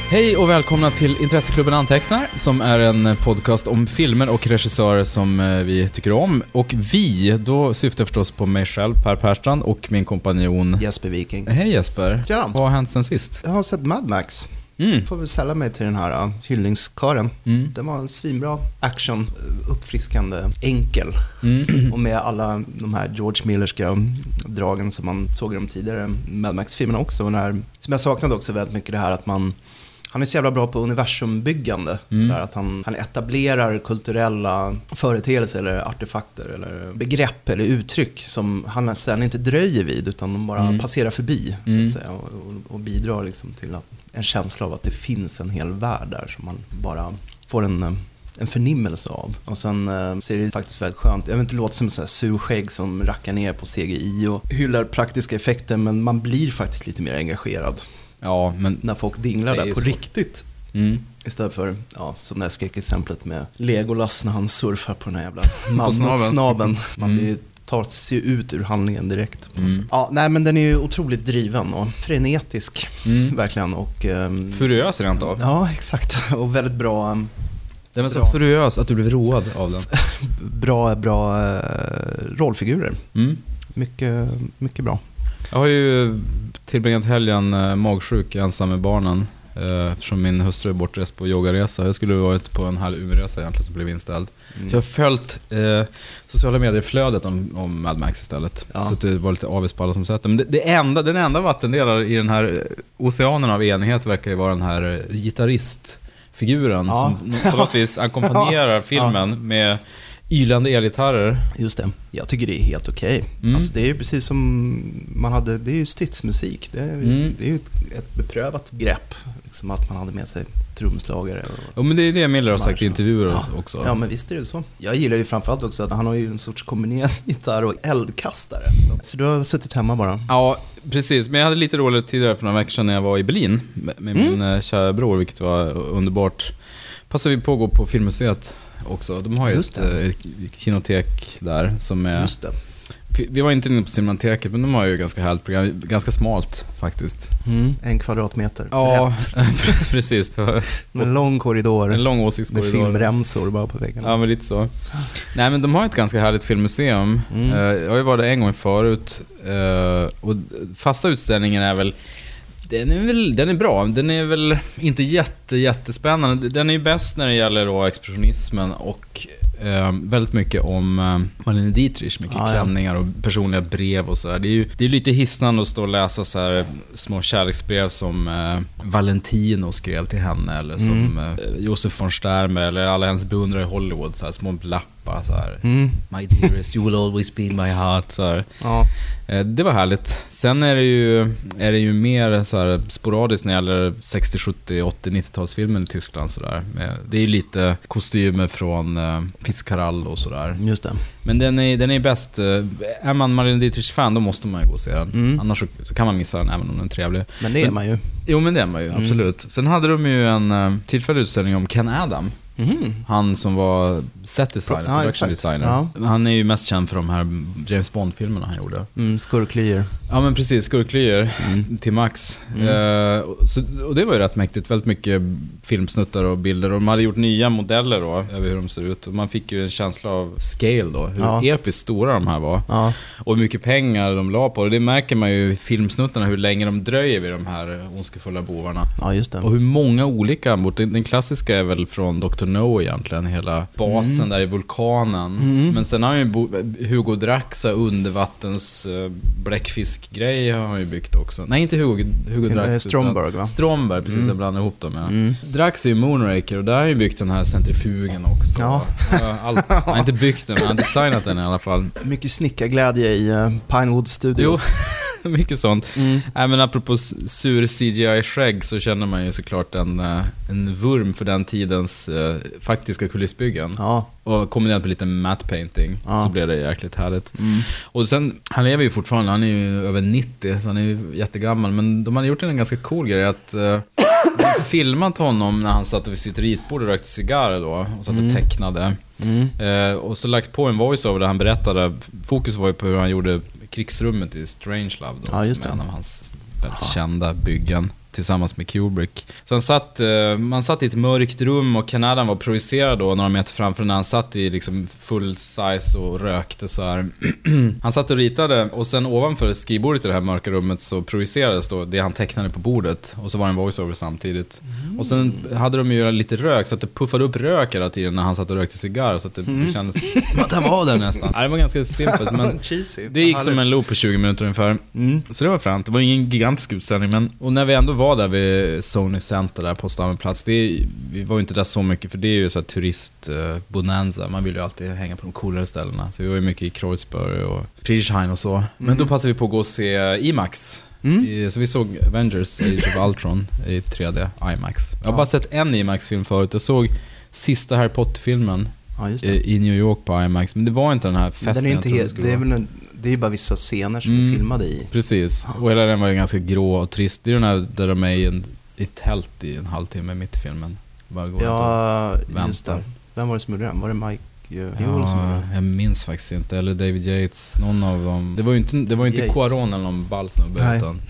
Hej och välkomna till Intresseklubben Antecknar, som är en podcast om filmer och regissörer som vi tycker om. Och då syftar jag förstås på mig själv, Per Perstrand, och min kompanjon Jesper Viking. Hej Jesper, Ja. Vad har hänt sen sist? Jag har sett Mad Max. Får väl sälla mig till den här hyllningskören. Det var en svinbra action, uppfriskande, enkel. Och med alla de här George Millerska dragen som man såg i de tidigare Mad Max-filmerna också. Och som jag saknade också väldigt mycket det här att han är så jävla bra på universumbyggande. Sådär att han etablerar kulturella företeelser eller artefakter eller begrepp eller uttryck som han sedan inte dröjer vid utan de bara passerar förbi så att säga, och bidrar liksom till en känsla av att det finns en hel värld där som man bara får en förnimmelse av. Och sen så är det faktiskt väldigt skönt. Jag vill inte låta som en sån här surskägg som rackar ner på CGI och hyllar praktiska effekter, men man blir faktiskt lite mer engagerad. Ja, men när folk dinglar där på riktigt. Istället för, som det här skräckexemplet med Legolas när han surfar på den här jävla mammut-snaben. Man tar sig ut ur handlingen direkt. Ja, nej, men den är ju otroligt driven och frenetisk. Verkligen. Och furiös rent av. Ja, exakt. Och väldigt bra. Den var så furiös att du blev road av den. bra rollfigurer. Mycket bra. Jag har ju tillbringat helgen magsjuk ensam med barnen eftersom min hustru är bortrest på yogaresa. Jag skulle ha varit på en halv Umeåresa egentligen som blev inställd. Så jag har följt sociala medier-flödet om Mad Max istället. Så det var lite avis på alla som sett det. Men den enda vattendelare i den här oceanen av enighet verkar ju vara den här gitarristfiguren som på något vis ackompanjerar filmen med ylande elgitarrer. Just det. Jag tycker det är helt okej. Alltså det är ju precis som man hade, det är ju stridsmusik. Det är ju ett beprövat grepp liksom att man hade med sig trumslagare. Ja, men det är det Miller har sagt i intervjuer också. Ja, men visst är det så. Jag gillar ju framförallt också att han har ju en sorts kombinerad gitarr och eldkastare. Så du har suttit hemma bara. Ja, precis. Men jag hade lite roligt tidigare för några veckor sedan när jag var i Berlin med min kära bror, vilket var underbart. Passade vi på att gå på Filmmuseet också. De har ju ett kinotek där som är... Just det. Vi var inte inne på Cinemateket, men de har ju ganska härligt program. Ganska smalt faktiskt. 1 kvadratmeter. Ja, precis. En lång korridor. En lång åsiktskorridor. Med filmremsor bara på väggen. Ja, men lite så. Nej, men de har ett ganska härligt filmmuseum. Jag har ju varit där en gång förut. Och fasta utställningen är väl... Den är bra. Den är väl inte jättespännande. Den är ju bäst när det gäller då expressionismen och väldigt mycket om Marlene Dietrich, mycket klänningar och personliga brev och så där. Det är lite hisnande att stå och läsa så här små kärleksbrev som Valentino skrev till henne eller som Josef von Stermer eller alla hennes beundrare i Hollywood, så här små lappar så här. My dearest, you will always be in my heart, så här. Det var härligt. Sen är det ju mer så här sporadiskt när det gäller 60, 70, 80, 90-talsfilmen i Tyskland så där. Det är ju lite kostymer från Fitzcarraldo och så där. Just det. Men den är bäst. Är man Marlene Dietrich-fan, då måste man ju gå och se den. Annars så kan man missa den även om den är trevlig. Men det är man ju. Jo, men det är man ju, absolut. Sen hade de ju en tillfällig utställning om Ken Adam. Han som var set designer, production designer. Han är ju mest känd för de här James Bond-filmerna han gjorde. Skurklyer. Ja, men precis, skurklyer till max. Och det var ju rätt mäktigt. Väldigt mycket filmsnuttar och bilder. Och de hade gjort nya modeller då, över hur de ser ut. Och man fick ju en känsla av scale då. Hur episkt stora de här var. Och hur mycket pengar de la på. Och det märker man ju i filmsnuttarna, hur länge de dröjer vid de här ondskefulla bovarna. Ja, just det. Och hur många olika den klassiska är väl från Dr. No egentligen, hela basen där i vulkanen. Men sen har ju Hugo Draxa undervattens bläckfiskgrej har han ju byggt också. Nej, inte Hugo Drax, Stromberg, va? Stromberg, precis, jag blandar ihop dem med. Drax är ju Moonraker och där har han ju byggt den här centrifugen också. Han har inte byggt den, men han har designat den i alla fall. Mycket snickarglädje i Pinewood Studios. Jo, mycket sånt. Men apropå sur CGI-skägg så känner man ju såklart en vurm för den tidens faktiska kulissbyggen. Och kombinerat med lite matte painting så blev det jäkligt härligt. Och sen, han lever ju fortfarande, han är ju över 90, så han är ju jättegammal. Men de hade gjort en ganska cool grej att de filmat honom när han satt vid sitt ritbord och rökte cigarr då och satt och tecknade. Och så lagt på en voice-over där han berättade, fokus var ju på hur han gjorde krigsrummet i Strangelove då, som är en av hans väldigt kända byggen. tillsammans med Kubrick. Så man satt i ett mörkt rum och Kanadan var projicerad då några meter framför när han satt i liksom full size och rökte så här. Han satt och ritade och sen ovanför skrivbordet i det här mörka rummet så projicerades då det han tecknade på bordet och så var det en voiceover samtidigt. Och sen hade de ju lite rök så att det puffade upp rök hela tiden när han satt och rökte cigarr så att det kändes som att han var där nästan. Det var ganska simpelt men det gick som en loop på 20 minuter ungefär. Så det var fränt. Det var ingen gigantisk utställning men och när vi ändå var där vid Sony Center där på Stammenplats, vi var ju inte där så mycket för det är ju så här turist-bonanza. Man vill ju alltid hänga på de coolare ställena. Så vi var ju mycket i Kreuzberg och Friedrichshain och så. Men då passade vi på att gå och se IMAX. Så vi såg Avengers Age of Ultron i 3D IMAX. Jag har bara sett en IMAX-film förut. Jag såg sista Harry Potter-filmen i New York på IMAX. Men det var inte den här festen. Den är inte det är ju bara vissa scener som är filmade i. Precis. Och hela den var ju ganska grå och trist. Det är den här där de är i tält i en halvtimme mitt i filmen. Bara går just det. Vem var det som gjorde den? Var det Mike? Jag minns faktiskt inte. Eller David Yates, någon av dem. Det var ju inte Cuarón eller någon ballsnubbe utan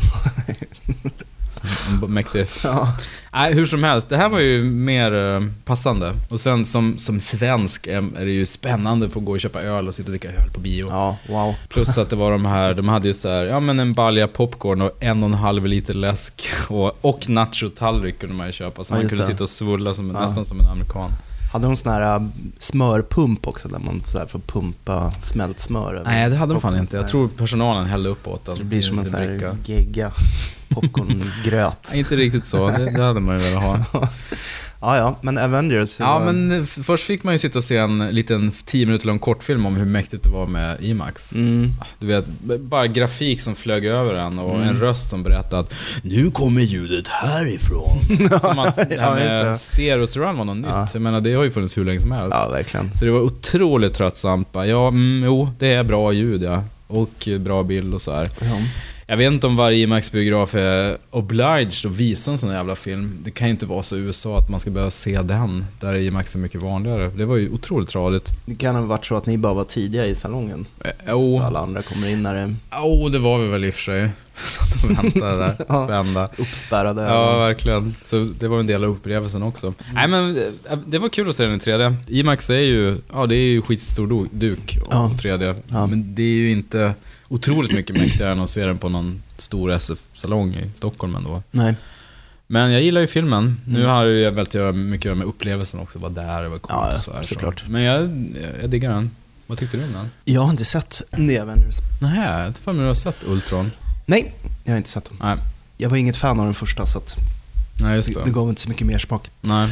mäktig. Nej, hur som helst, det här var ju mer passande. Och sen som svensk är det ju spännande att få gå och köpa öl och sitta och dricka öl på bio. Ja, wow. Plus att det var de hade ju så här, ja men en balja popcorn och 1,5 liter läsk och nacho-tallrik kunde man ju köpa så man kunde sitta och svulla nästan som en amerikan. Hade de sån här smörpump också där man så här får pumpa smält smör? Nej, det hade de fan inte. Jag tror personalen hällde upp åt den. Så det blir som en sån här gegga popcorngröt. Inte riktigt så, det hade man ju velat ha. Ja, men Avengers. Men först fick man ju sitta och se en liten 10 minuter lång kortfilm om hur mäktigt det var med IMAX. Du vet, bara grafik som flög över en och en röst som berättade att nu kommer ljudet härifrån. Som att det här med stereo surround var något nytt. Jag menar, det har ju funnits hur länge som helst. Ja, verkligen. Så det var otroligt tröttsamt. Det är bra ljud, och bra bild och så här. Jag vet inte om varje IMAX-biograf är obliged att visa en sån jävla film. Det kan ju inte vara så i USA att man ska behöva se den. Där är IMAX är mycket vanligare. Det var ju otroligt tradigt. Det kan ha varit så att ni bara var tidiga i salongen. Alla andra kommer in när det... det var vi väl i och för sig. De väntade där, vända. Uppspärrade. Ja, verkligen. Så det var en del av upplevelsen också. Nej, men det var kul att se den i 3D. IMAX är ju, det är ju skitstor duk och 3D. Men det är ju inte otroligt mycket mäktigare än att se den på någon stor SF-salong i Stockholm ändå. Nej. Men jag gillar ju filmen. Nu har jag väl göra mycket med upplevelsen också. Var där och var coolt så här. Såklart. Men jag diggar den. Vad tyckte du om den? Jag har inte sett The Avengers. Nej, jag tror att du har sett Ultron. Nej, jag har inte sett dem. Nej. Jag var inget fan av den första så att nej, just det. Det gav inte så mycket mer smak. Nej.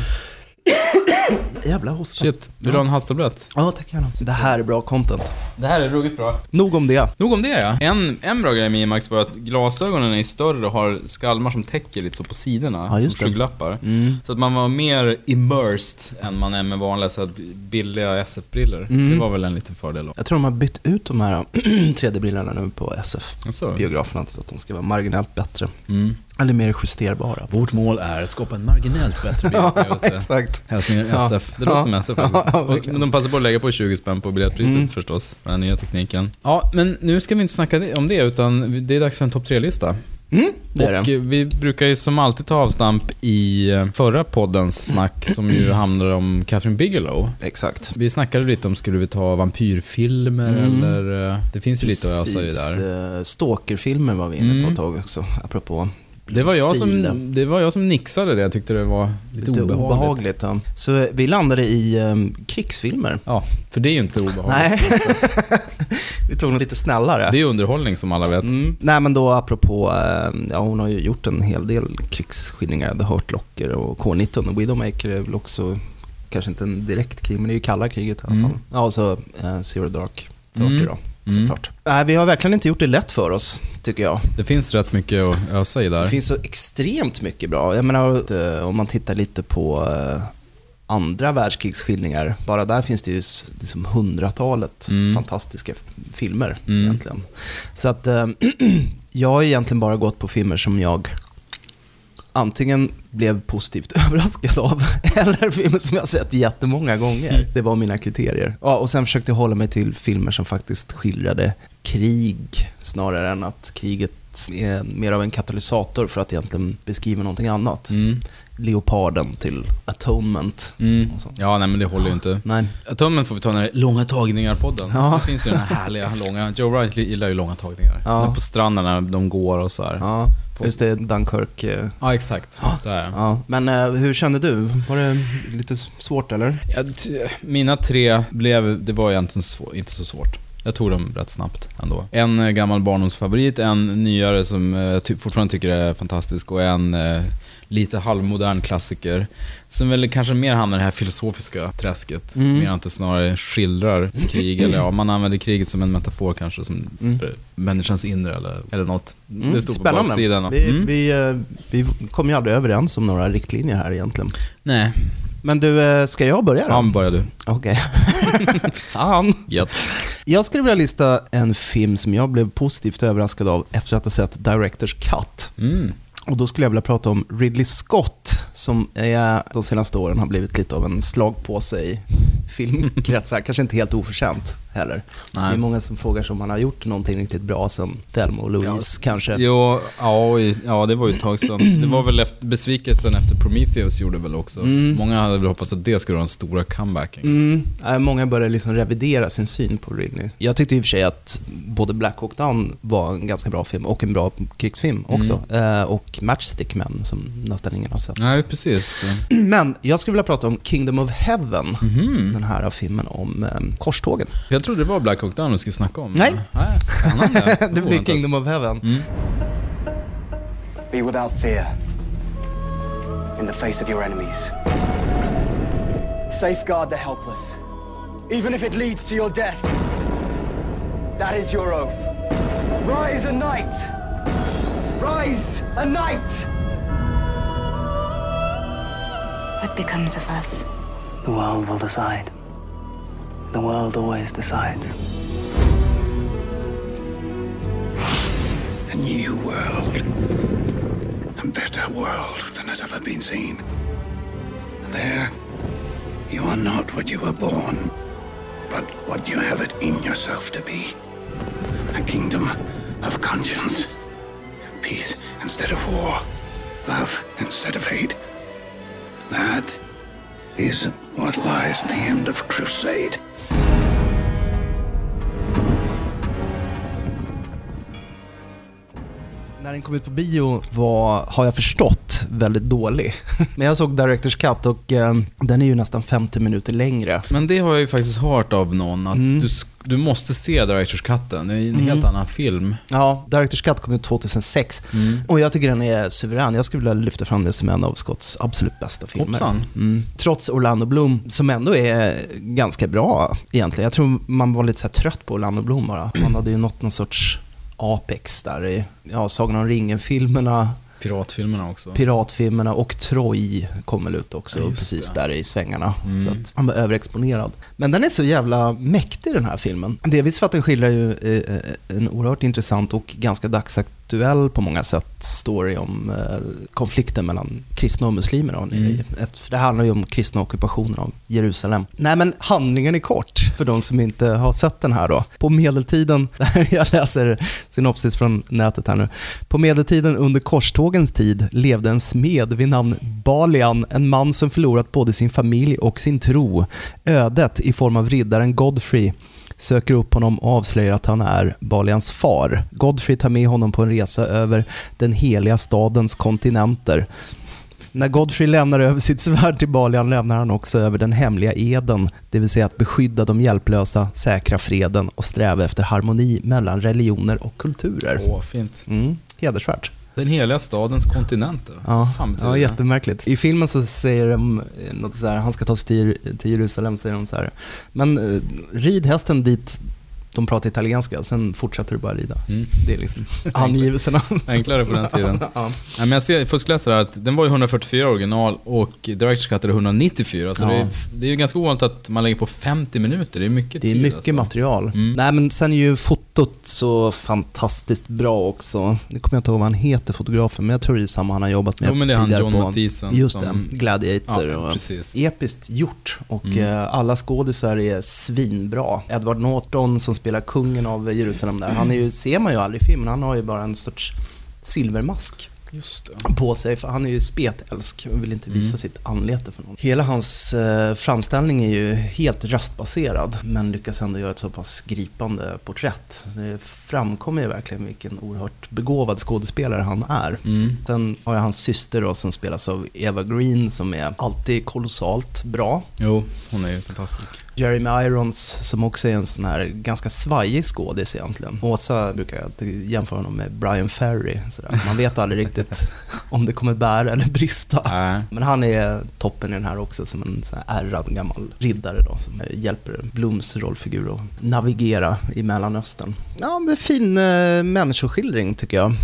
Jävla hosta. Shit, vill du ha en halstablett? Ja, tack gärna. Det här är bra content. Det här är ruggigt bra. Nog om det, ja. En bra grej med IMAX var att glasögonen är större och har skalmar som täcker lite så på sidorna. Ja, just som skygglappar. Så att man var mer immersed än man är med vanliga så billiga SF-briller. Det var väl en liten fördel då. Jag tror de har bytt ut de här 3D-brillarna nu på SF-biograferna så att de ska vara marginellt bättre. Eller mer justerbara. Vårt mål är att skapa en marginellt bättre bioupplevelse. Exakt. Hälsningar SF. Det låter som SF faktiskt. Men de passar på att lägga på 20 spänn på biljettpriset förstås. För den nya tekniken. Ja, men nu ska vi inte snacka om det utan det är dags för en topp 3-lista. Det är och vi brukar ju som alltid ta avstamp i förra poddens snack som ju handlar om Catherine Bigelow. Exakt. Vi snackade lite om, skulle vi ta vampyrfilmer eller... Det finns ju lite att ösa i där. Stalkerfilmer var vi inne på ett tag också, apropå... Det var jag som nixade det. Jag tyckte det var lite obehagligt. Ja. Så vi landade i krigsfilmer. Ja, för det är ju inte obehagligt. Nej. Vi tog något lite snällare. Det är underhållning som alla vet. Nej, men då apropå, hon har ju gjort en hel del krigsskildringar. The Hurt Locker och K-19 och Widowmaker är väl också kanske inte en direkt krig, men det är ju kalla kriget i alla fall. Ja, och så Zero Dark 30 då. Såklart. Nej, vi har verkligen inte gjort det lätt för oss, tycker jag. Det finns rätt mycket att ösa i där. Det finns så extremt mycket bra. Jag menar, om man tittar lite på andra världskrigsskildringar, bara där finns det ju liksom 100-talet fantastiska filmer egentligen. Så att jag har egentligen bara gått på filmer som jag antingen blev positivt överraskad av eller filmer som jag har sett jättemånga gånger. Det var mina kriterier. Ja, och sen försökte jag hålla mig till filmer som faktiskt skildrade krig snarare än att kriget temat är mer av en katalysator för att egentligen beskriva någonting annat. Leoparden till Atonement. Och så. Ja, nej men det håller ju inte. Nej. Atonement får vi ta när det är långa tagningar-podden. Det finns ju den här härliga, långa. Joe Wright gillar ju långa tagningar. På stränderna de går och så här. Ja, just det, Dunkirk. Ja, exakt. Där. Ja. Men hur kände du? Var det lite svårt eller? Mina 3 det var egentligen inte så svårt. Jag tog dem rätt snabbt ändå. En gammal barndomsfavorit, en nyare som jag fortfarande tycker är fantastisk och en lite halvmodern klassiker som väl kanske mer hamnar i det här filosofiska träsket. Mer att det snarare skildrar krig eller man använder kriget som en metafor kanske som för människans inre eller något. Det står på baksidan. Vi kom ju aldrig överens om några riktlinjer här egentligen. Nej. Men du, ska jag börja då? Ja, börjar du. Okej. Fan. Yep. Jag skulle vilja lista en film som jag blev positivt överraskad av efter att ha sett Director's Cut. Och då skulle jag vilja prata om Ridley Scott som de senaste åren har blivit lite av en slagpåse i filmkretsar. Kanske inte helt oförtjänt heller. Nej. Det är många som frågar sig om han har gjort någonting riktigt bra sen Thelma och Louise kanske. Jo, det var ju ett tag sedan. Det var väl besvikelsen efter Prometheus gjorde väl också. Många hade väl hoppats att det skulle vara en stora comebacken. Många började liksom revidera sin syn på Ridley. Jag tyckte i och för sig att både Black Hawk Down var en ganska bra film och en bra krigsfilm också. Och Matchstick Men som nästan ingen har sett. Nej, precis. Men jag skulle vilja prata om Kingdom of Heaven. Den här filmen om korstågen. Jag trodde det var Black Hawk Down du skulle snacka om. Nej. Det blir Kingdom of Heaven. Be without fear in the face of your enemies. Safeguard the helpless, even if it leads to your death. That is your oath. Rise a knight! Rise a knight! What becomes of us? The world will decide. The world always decides. A new world. A better world than has ever been seen. There, you are not what you were born, but what you have it in yourself to be. A kingdom of conscience. Peace instead of war. Love instead of hate. That is what lies at the end of Crusade. När den kom ut på bio har jag förstått väldigt dålig. Men jag såg Director's Cut och den är ju nästan 50 minuter längre. Men det har jag ju faktiskt hört av någon att du måste se Director's Cutten. Det är en helt annan film. Ja, Director's Cut kom ut 2006 och jag tycker den är suverän. Jag skulle vilja lyfta fram det som en av Scotts absolut bästa filmer. Trots Orlando Bloom som ändå är ganska bra egentligen. Jag tror man var lite så här trött på Orlando Bloom bara. Man hade ju någon sorts apex där i Sagan om ringen-filmerna. Piratfilmerna och Troy kom väl ut också precis där i svängarna. Så att han var överexponerad. Men den är så jävla mäktig den här filmen. Delvis för att den skildrar ju en oerhört intressant och ganska dagsaktuell på många sätt story om konflikten mellan kristna och muslimer. För det handlar ju om kristna ockupationer av Jerusalem. Nej, men handlingen är kort för de som inte har sett den här då. På medeltiden, jag läser synopsis från nätet här nu. På medeltiden under korstågens tid levde en smed vid namn Balian, en man som förlorat både sin familj och sin tro. Ödet i form av riddaren Godfrey söker upp honom och avslöjar att han är Balians far. Godfrey tar med honom på en resa över den heliga stadens kontinenter. När Godfrey lämnar över sitt svärd till Balian lämnar han också över den hemliga eden, det vill säga att beskydda de hjälplösa, säkra freden och sträva efter harmoni mellan religioner och kulturer. Fint. Hedersvärt. Den heliga stadens kontinenter. Ja, jättemärkligt. I filmen så säger de något så här, han ska ta sig till Jerusalem, säger de så här. Men rid hästen dit de pratar italienska, sen fortsätter du bara rida. Det är liksom angivelserna. Enklare på den tiden. Ja, men jag ser fuskläsare att den var ju 144 original och Director's Cut är 194. Så det är ju ganska ovanligt att man lägger på 50 minuter. Det är mycket tid. Det är mycket alltså. Material. Nej, men sen är ju fotot så fantastiskt bra också. Det kommer jag inte ihåg vad han heter, fotografen, men jag tror det är samma han har jobbat med. Men det är han John Mathisen. Just det, Gladiator. Ja, och precis. Episkt gjort. Och alla skådisar är svinbra. Edward Norton som spelar kungen av Jerusalem där. Han är ju, ser man ju aldrig i filmen, han har ju bara en sorts silvermask. Just det. På sig, för han är ju spetälsk och vill inte visa sitt anlete för någon. Hela hans framställning är ju helt röstbaserad, men lyckas ändå göra ett så pass gripande porträtt. Det framkommer ju verkligen vilken oerhört begåvad skådespelare han är. Sen har jag hans syster då, som spelas av Eva Green, som är alltid kolossalt bra. Jo, hon är ju fantastisk. Jeremy Irons, som också är en sån här ganska svajig skådis egentligen. Åsa brukar alltid jämföra honom med Brian Ferry. Sådär. Man vet aldrig riktigt om det kommer bära eller brista. Men han är toppen i den här också, som en sån här ärrad gammal riddare då, som hjälper Blums rollfigur att navigera i Mellanöstern. Ja, men fin människoskildring tycker jag.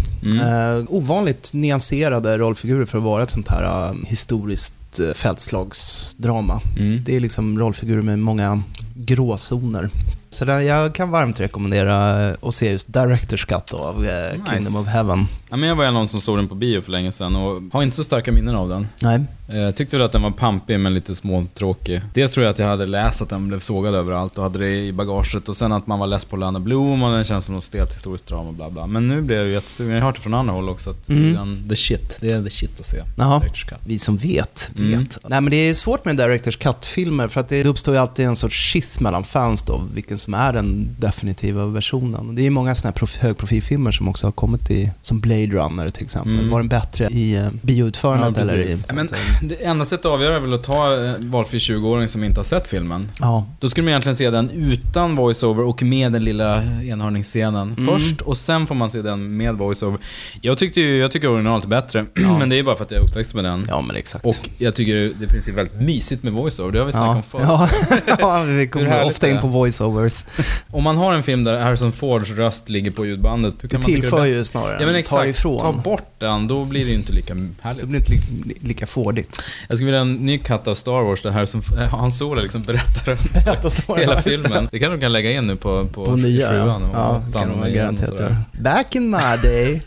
Ovanligt nyanserade rollfigurer för att vara ett sånt här historiskt fältslagsdrama. Det är liksom rollfigurer med många gråzoner. Så där, jag kan varmt rekommendera att se just Director's Cut av Kingdom of Heaven. Ja, men jag var någon som såg den på bio för länge sedan och har inte så starka minnen av den. Nej. Jag tyckte väl att den var pampig men lite småtråkig. Dels tror jag att jag hade läst att den blev sågad överallt och hade det i bagaget, och sen att man var less på Orlando Bloom och den känns som något stelt historiskt drama och bla bla. Men nu blev jag ju jättesugen. Jag har hört det från andra håll också att det är the shit att se. Director's Cut. Vi som vet. Nej, men det är svårt med Director's Cut-filmer för att det uppstår ju alltid en sorts schism mellan fans då, vilken som är den definitiva versionen. Det är många såna här högprofilfilmer som också har kommit som Blade Runner till exempel. Var den bättre i bioutförandet eller i... Men det enda sättet att avgöra är väl att ta valfri 20-åring som inte har sett filmen. Ja. Då skulle man egentligen se den utan voiceover och med den lilla enhörningsscenen först, och sen får man se den med voiceover. Jag tycker originalet är bättre, men det är bara för att jag är uppväxt med den. Ja, men exakt. Och jag tycker det finns väldigt mysigt med voiceover. Det har vi snackat om förut. Ja, vi kommer ofta in på voiceovers. Om man har en film där Harrison Fords röst ligger på ljudbandet, det tillför ju snarare. Ja, men exakt. Tar ifrån. Ta bort den, då blir det ju inte lika härligt. Det blir inte lika fårdigt. Jag skulle vilja en ny cut av Star Wars där Han Solo liksom berättar hela filmen. Det kanske de kan lägga in nu på nya. Ja, kan de garanterat. Back in my day.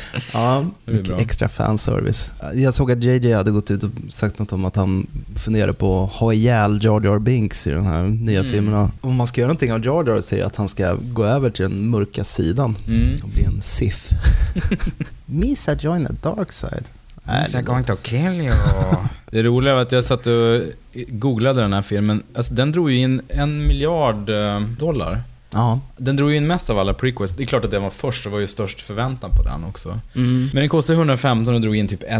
Ja, extra fanservice. Jag såg att JJ hade gått ut och sagt något om att han funderade på att ha ihjäl Jar Jar Binks i den här nya filmen. Om man ska göra någonting av Jar Jar, säger att han ska gå över till den mörka sidan och bli en Sith. Misa join the dark side. I'm going to kill you. Det roliga var att jag satt och googlade den här filmen. Alltså, den drog ju in $1 miljard. Ja. Den drog ju in mest av alla prequels. Det är klart att den var först, det var ju störst förväntan på den också. Men den kostade 115 och drog in typ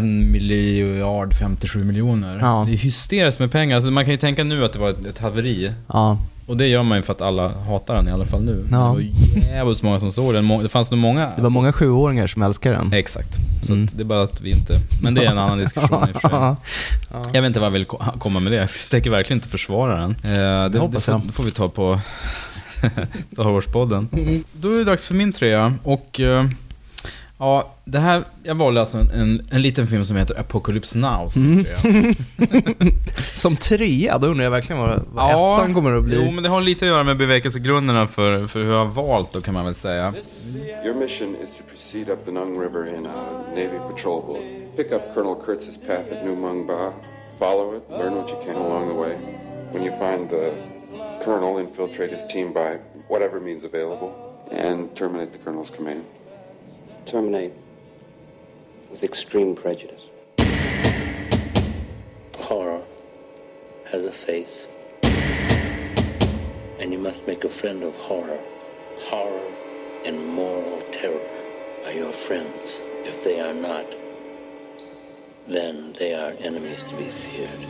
1,057 miljoner. Ja. Det är hysteriskt med pengar. Alltså, man kan ju tänka nu att det var ett haveri. Ja. Och det gör man ju för att alla hatar den i alla fall nu. Ja. Det var jävligt många som såg den. Det fanns nog många... Det var många 7-åringar som älskar den. Exakt. Så det är bara att vi inte... Men det är en annan diskussion i och för sig. Jag vet inte vad jag vill komma med det. Jag tänker verkligen inte försvara den. Det får vi ta på Star Wars-podden. Då är det dags för min trea. Och... ja, det här, jag valde alltså en liten film som heter Apocalypse Now som trea. Som trea, då undrar jag verkligen vad ettan kommer att bli. Jo, men det har lite att göra med bevekelsegrunderna för hur jag har valt, då kan man väl säga. Your mission is to proceed up the Nung River in a Navy patrol boat. Pick up Colonel Kurtz's path at New Mung Ba. Follow it, learn what you can along the way. When you find the Colonel, infiltrate his team by whatever means available and terminate the Colonel's command. Terminate with extreme prejudice. Horror has a face, and you must make a friend of horror. Horror and moral terror are your friends. If they are not, then they are enemies to be feared.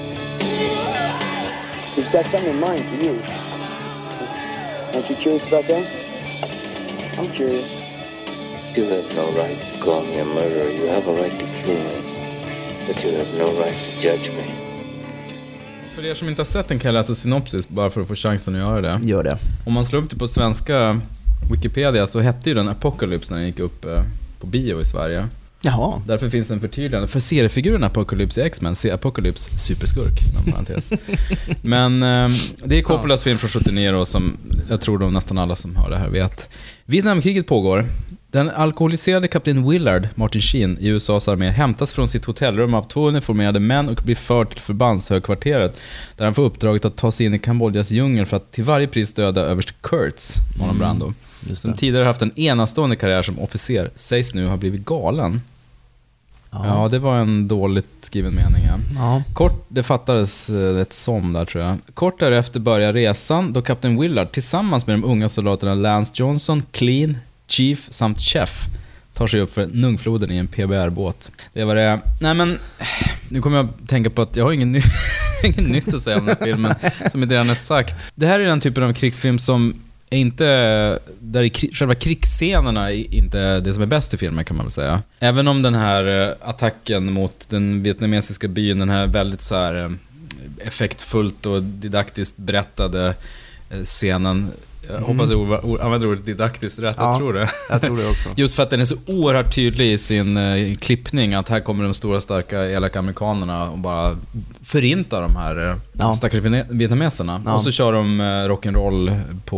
He's got something in mind for you. Aren't you curious about that? I'm curious. You have no right to call me a murderer. You have a right to kill me. But you have no right to judge me. För er som inte har sett den kan jag läsa synopsis bara för att få chansen att göra det. Gör det. Om man slår upp det på svenska Wikipedia så hette ju den Apocalypse när den gick upp på bio i Sverige. Jaha. Därför finns det en förtydligande. För seriefiguren Apocalypse i X-Men ser Apocalypse superskurk inom parentes. Men det är Coppolas film från 79 då, som jag tror nästan alla som hör det här vet. Vietnamkriget pågår. Den alkoholiserade kapten Willard, Martin Sheen, i USAs armé hämtas från sitt hotellrum av 2 uniformerade män och blir förd till förbandshögkvarteret där han får uppdraget att ta sig in i Kambodjas djungel för att till varje pris döda överste Kurtz, Marlon Brando. Som tidigare haft en enastående karriär som officer, sägs nu ha blivit galen. Ja, det var en dåligt skriven mening. Ja. Kort, det fattades ett som där tror jag. Kort därefter börjar resan då kapten Willard tillsammans med de unga soldaterna Lance Johnson, Clean, Chief samt Chef tar sig upp för Nungfloden i en PBR-båt. Det var det. Nej men, nu kommer jag att tänka på att jag har inget nytt att säga om den här filmen som inte redan är sagt. Det här är den typen av krigsfilm som är inte, där själva krigsscenerna är inte det som är bäst i filmen kan man väl säga. Även om den här attacken mot den vietnamesiska byn, den här väldigt så här effektfullt och didaktiskt berättade scenen. Jag hoppas jag använder ordet didaktiskt rätt, jag tror det. Jag tror det också. Just för att den är så oerhört tydlig i sin klippning, att här kommer de stora starka elaka amerikanerna och bara förintar de här stackars vietnameserna. Och så kör de rock'n'roll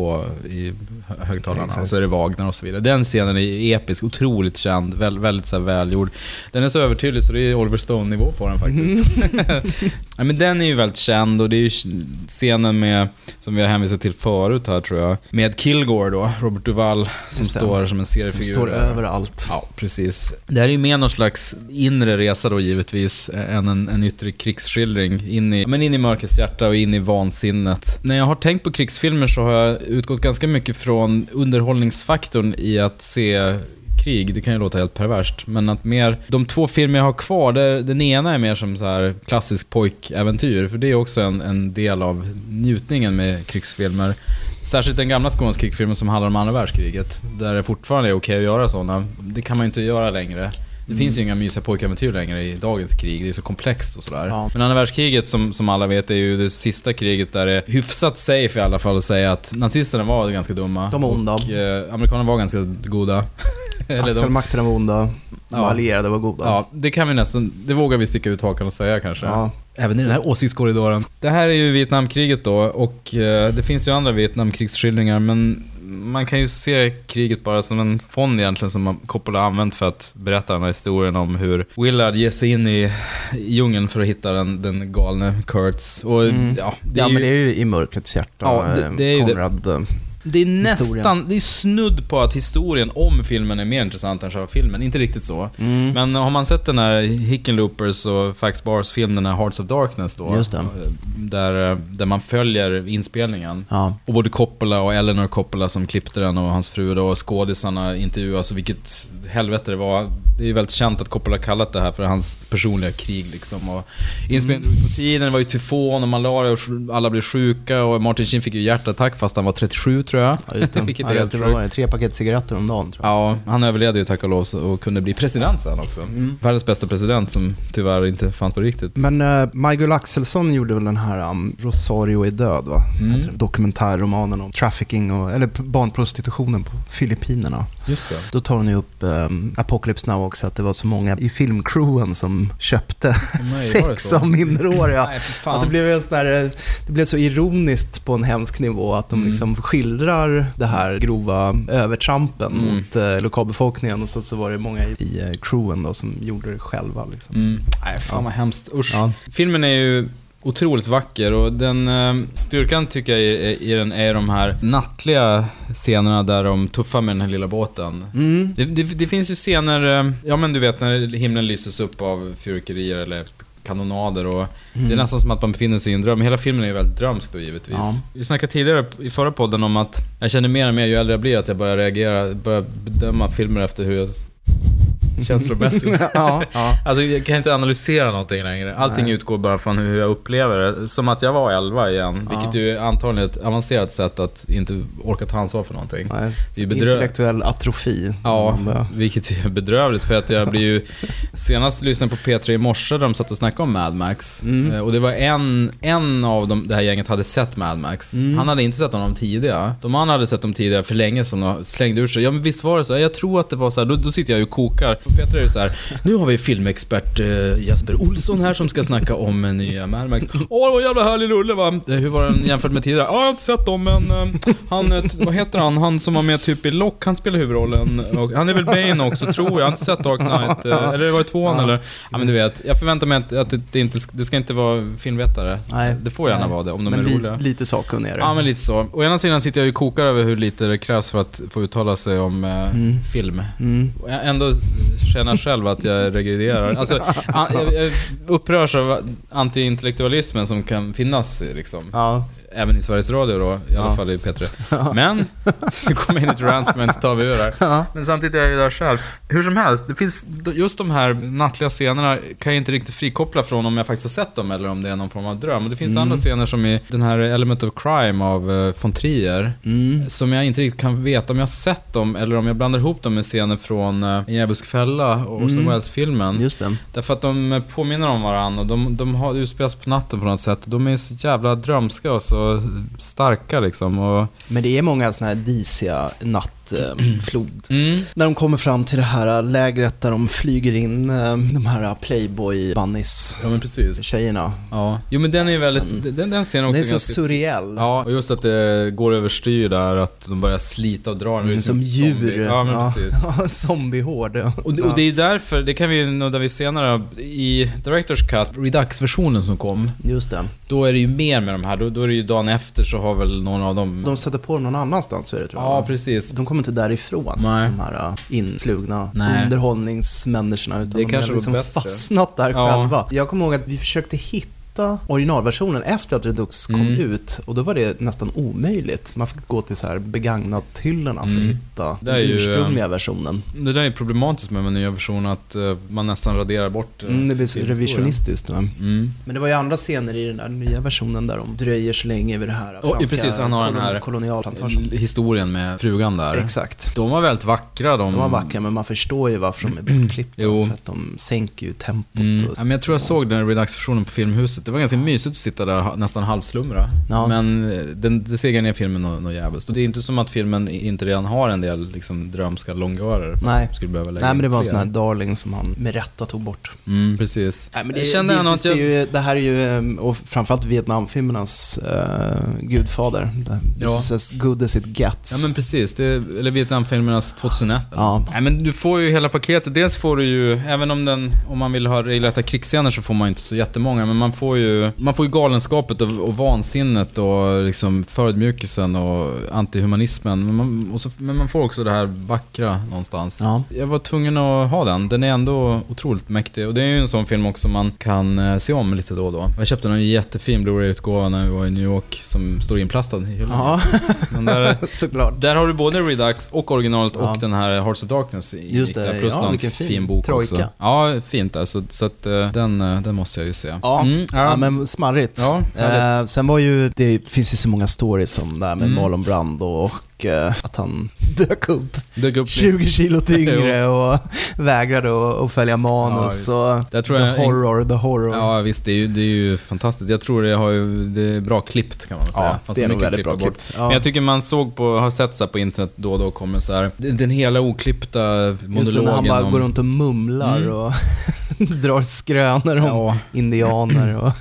i högtalarna och så är det Wagner och så vidare. Den scenen är episk, otroligt känd, väldigt så här välgjord. Den är så övertydlig så det är Oliver Stone-nivå på den faktiskt. Ja, men den är ju väldigt känd och det är ju scenen med, som vi har hänvisat till förut här tror jag, med Kilgore då, Robert Duvall som står som en seriefigur. Som står överallt. Ja, precis. Det här är ju med någon slags inre resa då givetvis än en yttre krigsskildring in i mörkrets hjärta och in i vansinnet. När jag har tänkt på krigsfilmer så har jag utgått ganska mycket från underhållningsfaktorn i att se krig. Det kan ju låta helt perverst, men att mer de 2 filmer jag har kvar, den ena är mer som så här klassisk pojkäventyr, för det är också en del av njutningen med krigsfilmer. Särskilt den gamla skånska krigsfilmen som handlar om andra världskriget, där det fortfarande är okej att göra sådana. Det kan man ju inte göra längre. Det finns ju inga mysiga pojkäventyr längre i dagens krig. Det är så komplext och sådär. Men andra världskriget, som alla vet, är ju det sista kriget där det är hyfsat safe i alla fall att säga att nazisterna var ganska dumma. De var onda. Och amerikanerna var ganska goda. Axelmakterna var onda. De allierade var goda. Ja, det kan vi nästan, det vågar vi sticka ut hakan och säga kanske. Ja. Även i den här åsiktskorridoren. Det här är ju Vietnamkriget då, och det finns ju andra Vietnamkrigsskildringar, men man kan ju se kriget bara som en fond egentligen som man Coppola har använt för att berätta den här historien om hur Willard ger sig in i djungeln för att hitta den galne Kurtz. Och, men det är ju i mörkrets hjärta. Ja, det är ju Conrad, det är nästan, det är snudd på att historien om filmen är mer intressant än själva filmen. Inte riktigt så. Men har man sett den här Hickenloopers och Fax Bars film, den här Hearts of Darkness då, just det. Där man följer inspelningen. Och både Coppola och Eleanor Coppola som klippte den och hans fru då, och skådisarna intervjuas, och vilket helvete det var. Det är ju väldigt känt att Coppola kallat det här för hans personliga krig liksom. Och inspelningen drog på tiden, det var ju tyfon och malaria och alla blev sjuka, och Martin Sheen fick ju hjärtattack fast han var 37 tror jag. Ja, just det. Vilket är det var 3 paket cigaretter om dagen tror jag. Ja, han överlevde ju tack och lov och kunde bli president sen också. Världens bästa president som tyvärr inte fanns på riktigt. Men Miguel Axelsson gjorde väl den här Rosario är död va? Dokumentärromanen om trafficking eller barnprostitutionen på Filippinerna. Just det. Då tar hon ju upp Apocalypse Now också, att det var så många i filmcrewen som köpte sex av minderåriga. Att det blev det blev så ironiskt på en hemsk nivå att de liksom skildrar det här grova övertrampen mot lokalbefolkningen, och så var det många i crewen då som gjorde det själva liksom. Nej, fan vad hemskt. Usch. Ja. Filmen är ju otroligt vacker, och den styrkan tycker jag i den är de här nattliga scenerna där de tuffar med den här lilla båten. Det finns ju scener, ja men du vet när himlen lyses upp av fyrverkerier eller kanonader, och det är nästan som att man befinner sig i en dröm. Hela filmen är ju väldigt drömsk då givetvis. Vi snackade tidigare i förra podden om att jag känner mer och mer ju äldre jag blir att jag börjar bedöma filmer efter hur jag känslomässigt. Alltså jag kan inte analysera någonting längre. Allting utgår bara från hur jag upplever det. Som att jag var 11 igen. Vilket ju är antagligen ett avancerat sätt att inte orka ta ansvar för någonting. Det är intellektuell atrofi. Ja, vilket är bedrövligt. För att jag blir ju senast lyssnade på P3 i morse där de satt och snackade om Mad Max. Och det var en av dem, det här gänget hade sett Mad Max. Han hade inte sett dem tidigare. De andra hade sett dem tidigare för länge sedan och slängde ur sig. Ja men visst var det så. Jag tror att det var så här. Då sitter jag ju och kokar. Peter är ju så här: nu har vi filmexpert Jesper Olsson här som ska snacka om en nya Mad Max. Det var en jävla härlig rulle, va? Hur var den jämfört med tidigare? Jag har inte sett dem, men vad heter han? Han som var med typ i Lock, han spelar huvudrollen. Och han är väl Bane också, tror jag. Jag har inte sett Dark Knight. Eller var det tvåan, eller? Ja, men du vet, jag förväntar mig att det ska inte vara filmvetare. Nej. Det får gärna vara det, om de är roliga. Lite sakkunniga. Ja, men lite så. Å ena sidan sitter jag ju och kokar över hur lite det krävs för att få uttala sig om film. Jag ändå känner själv att jag regrederar. Alltså, jag upprörs av anti-intellektualismen som kan finnas liksom. Ja. Även i Sveriges Radio då, i alla fall i P3. Men det kommer in ett rant som jag inte tar över här. Men samtidigt är jag ju där själv. Hur som helst, det finns just de här nattliga scenerna kan jag inte riktigt frikoppla från om jag faktiskt har sett dem eller om det är någon form av dröm. Och det finns andra scener som i den här Element of Crime av von Trier som jag inte riktigt kan veta om jag har sett dem eller om jag blandar ihop dem med scener från En djävulsk fälla och Orson Welles-filmen. Just det. Därför att de påminner om varandra och de har utspelas på natten på något sätt. De är så jävla drömska och så starka liksom. Och men det är många såna här disiga nattflod. När de kommer fram till det här lägret där de flyger in de här Playboy bunnies. Ja, men precis. Tjejerna. Ja. Jo, men den är väldigt den scenen också. Det är så surreal. Ja, och just att det går överstyr där, att de börjar slita och dra som djur. Ja, men precis. Zombiehård. Och det är därför, det kan vi nudda vid senare i Director's Cut, Redux-versionen som kom. Just det. Då är det ju mer med de här. Då är det ju dagen efter så har väl någon av dem... De sätter på någon annanstans, så är det, tror jag. Ja, precis. De kommer inte därifrån. Nej. De här influgna underhållningsmänniskorna, utan det de har liksom fastnat där själva. Jag kommer ihåg att vi försökte hitta originalversionen efter att Redux kom ut, och då var det nästan omöjligt. Man fick gå till så här begagnat hyllorna för att hitta den ursprungliga versionen. Det där är problematiskt med den nya versionen, att man nästan raderar bort det blir så revisionistiskt. Men det var ju andra scener i den där nya versionen där de dröjer så länge vid det här franska precis, han har den här historien med frugan där. Exakt. De var väldigt vackra. De var vackra, men man förstår ju varför de är bortklippta. För att de sänker ju tempot. Men jag tror jag såg den Redux-versionen på Filmhuset. Det var ganska mysigt att sitta där nästan halvslumra. Ja. Men det segar ner filmen något jävligt. Och det är inte som att filmen inte redan har en del liksom drömska långörer. Nej, men det var en sån här darling som han med rätta tog bort. Precis. Nej, men det här är ju, och framförallt Vietnamfilmernas gudfader. This is as good as it gets. Ja, men precis. Eller Vietnamfilmernas 2001. Ja. Nej, men du får ju hela paketet. Dels får du ju, även om man vill ha regelrätta krigsscener så får man inte så jättemånga, men man får ju galenskapet och vansinnet och liksom förödmjukelsen och antihumanismen, men man får också det här vackra någonstans. Ja. Jag var tvungen att ha den. Den är ändå otroligt mäktig, och det är ju en sån film också man kan se om lite då och då. Jag köpte en jättefin Blu-ray-utgåva när vi var i New York som står inplastad i hyllan. Ja. Där har du både Redux och originalet och den här Hearts of Darkness i. Just det, plus någon fin bok Trojka också. Ja, fint där. Så att den måste jag ju se. Ja, men smarrigt. Ja, sen var ju, det finns ju så många stories om det här med Marlon Brando och att han dök upp 20 kilo tyngre och vägrade att följa manus. Ja, och the horror. Ja, visst, det är ju fantastiskt. Jag tror det är bra klippt, kan man väl säga. Ja, det är nog väldigt bra klippt. Ja. Men jag tycker man har sett så här på internet då och då kommer så här den hela oklippta monologen. Just det, när han bara går runt och mumlar och drar skrönor om indianer och...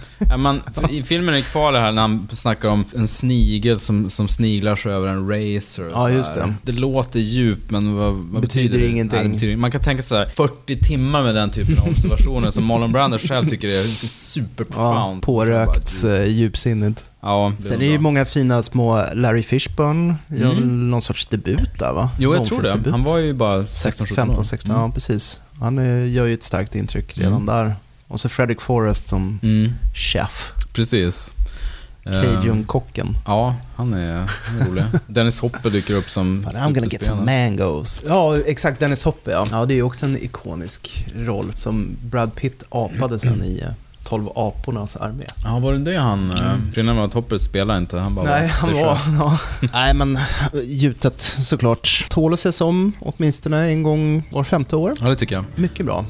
I filmen är det kvar det här när han snackar om en snigel som sniglar sig över en racer. Ja, just det. Det låter djupt, men vad betyder det? Ingenting. Man kan tänka så här 40 timmar med den typen av observationer som Marlon Brando själv tycker är super profound. Ja, pårökt, djupsinnigt. Ja, sen är det ju många fina små Larry Fishburne gör någon sorts debut där, va? Jo, jag tror det. Debut. Han var ju bara 15-16. Ja, precis. Han gör ju ett starkt intryck redan där. Och så Frederick Forrest som chef. Precis. Cajun-kocken. Ja, han är rolig. Dennis Hopper dyker upp som I'm gonna get some mangoes. Ja, exakt, Dennis Hopper, ja. Ja, det är ju också en ikonisk roll som Brad Pitt apade sen i 12 apornas armé. Ja, var det han... Skillnaden var att Hopper spelade inte, han bara... Nej, han var... Ja. Nej, men gjutet såklart. Tål att ses om åtminstone en gång var 5:e år. Ja, det tycker jag. Mycket bra.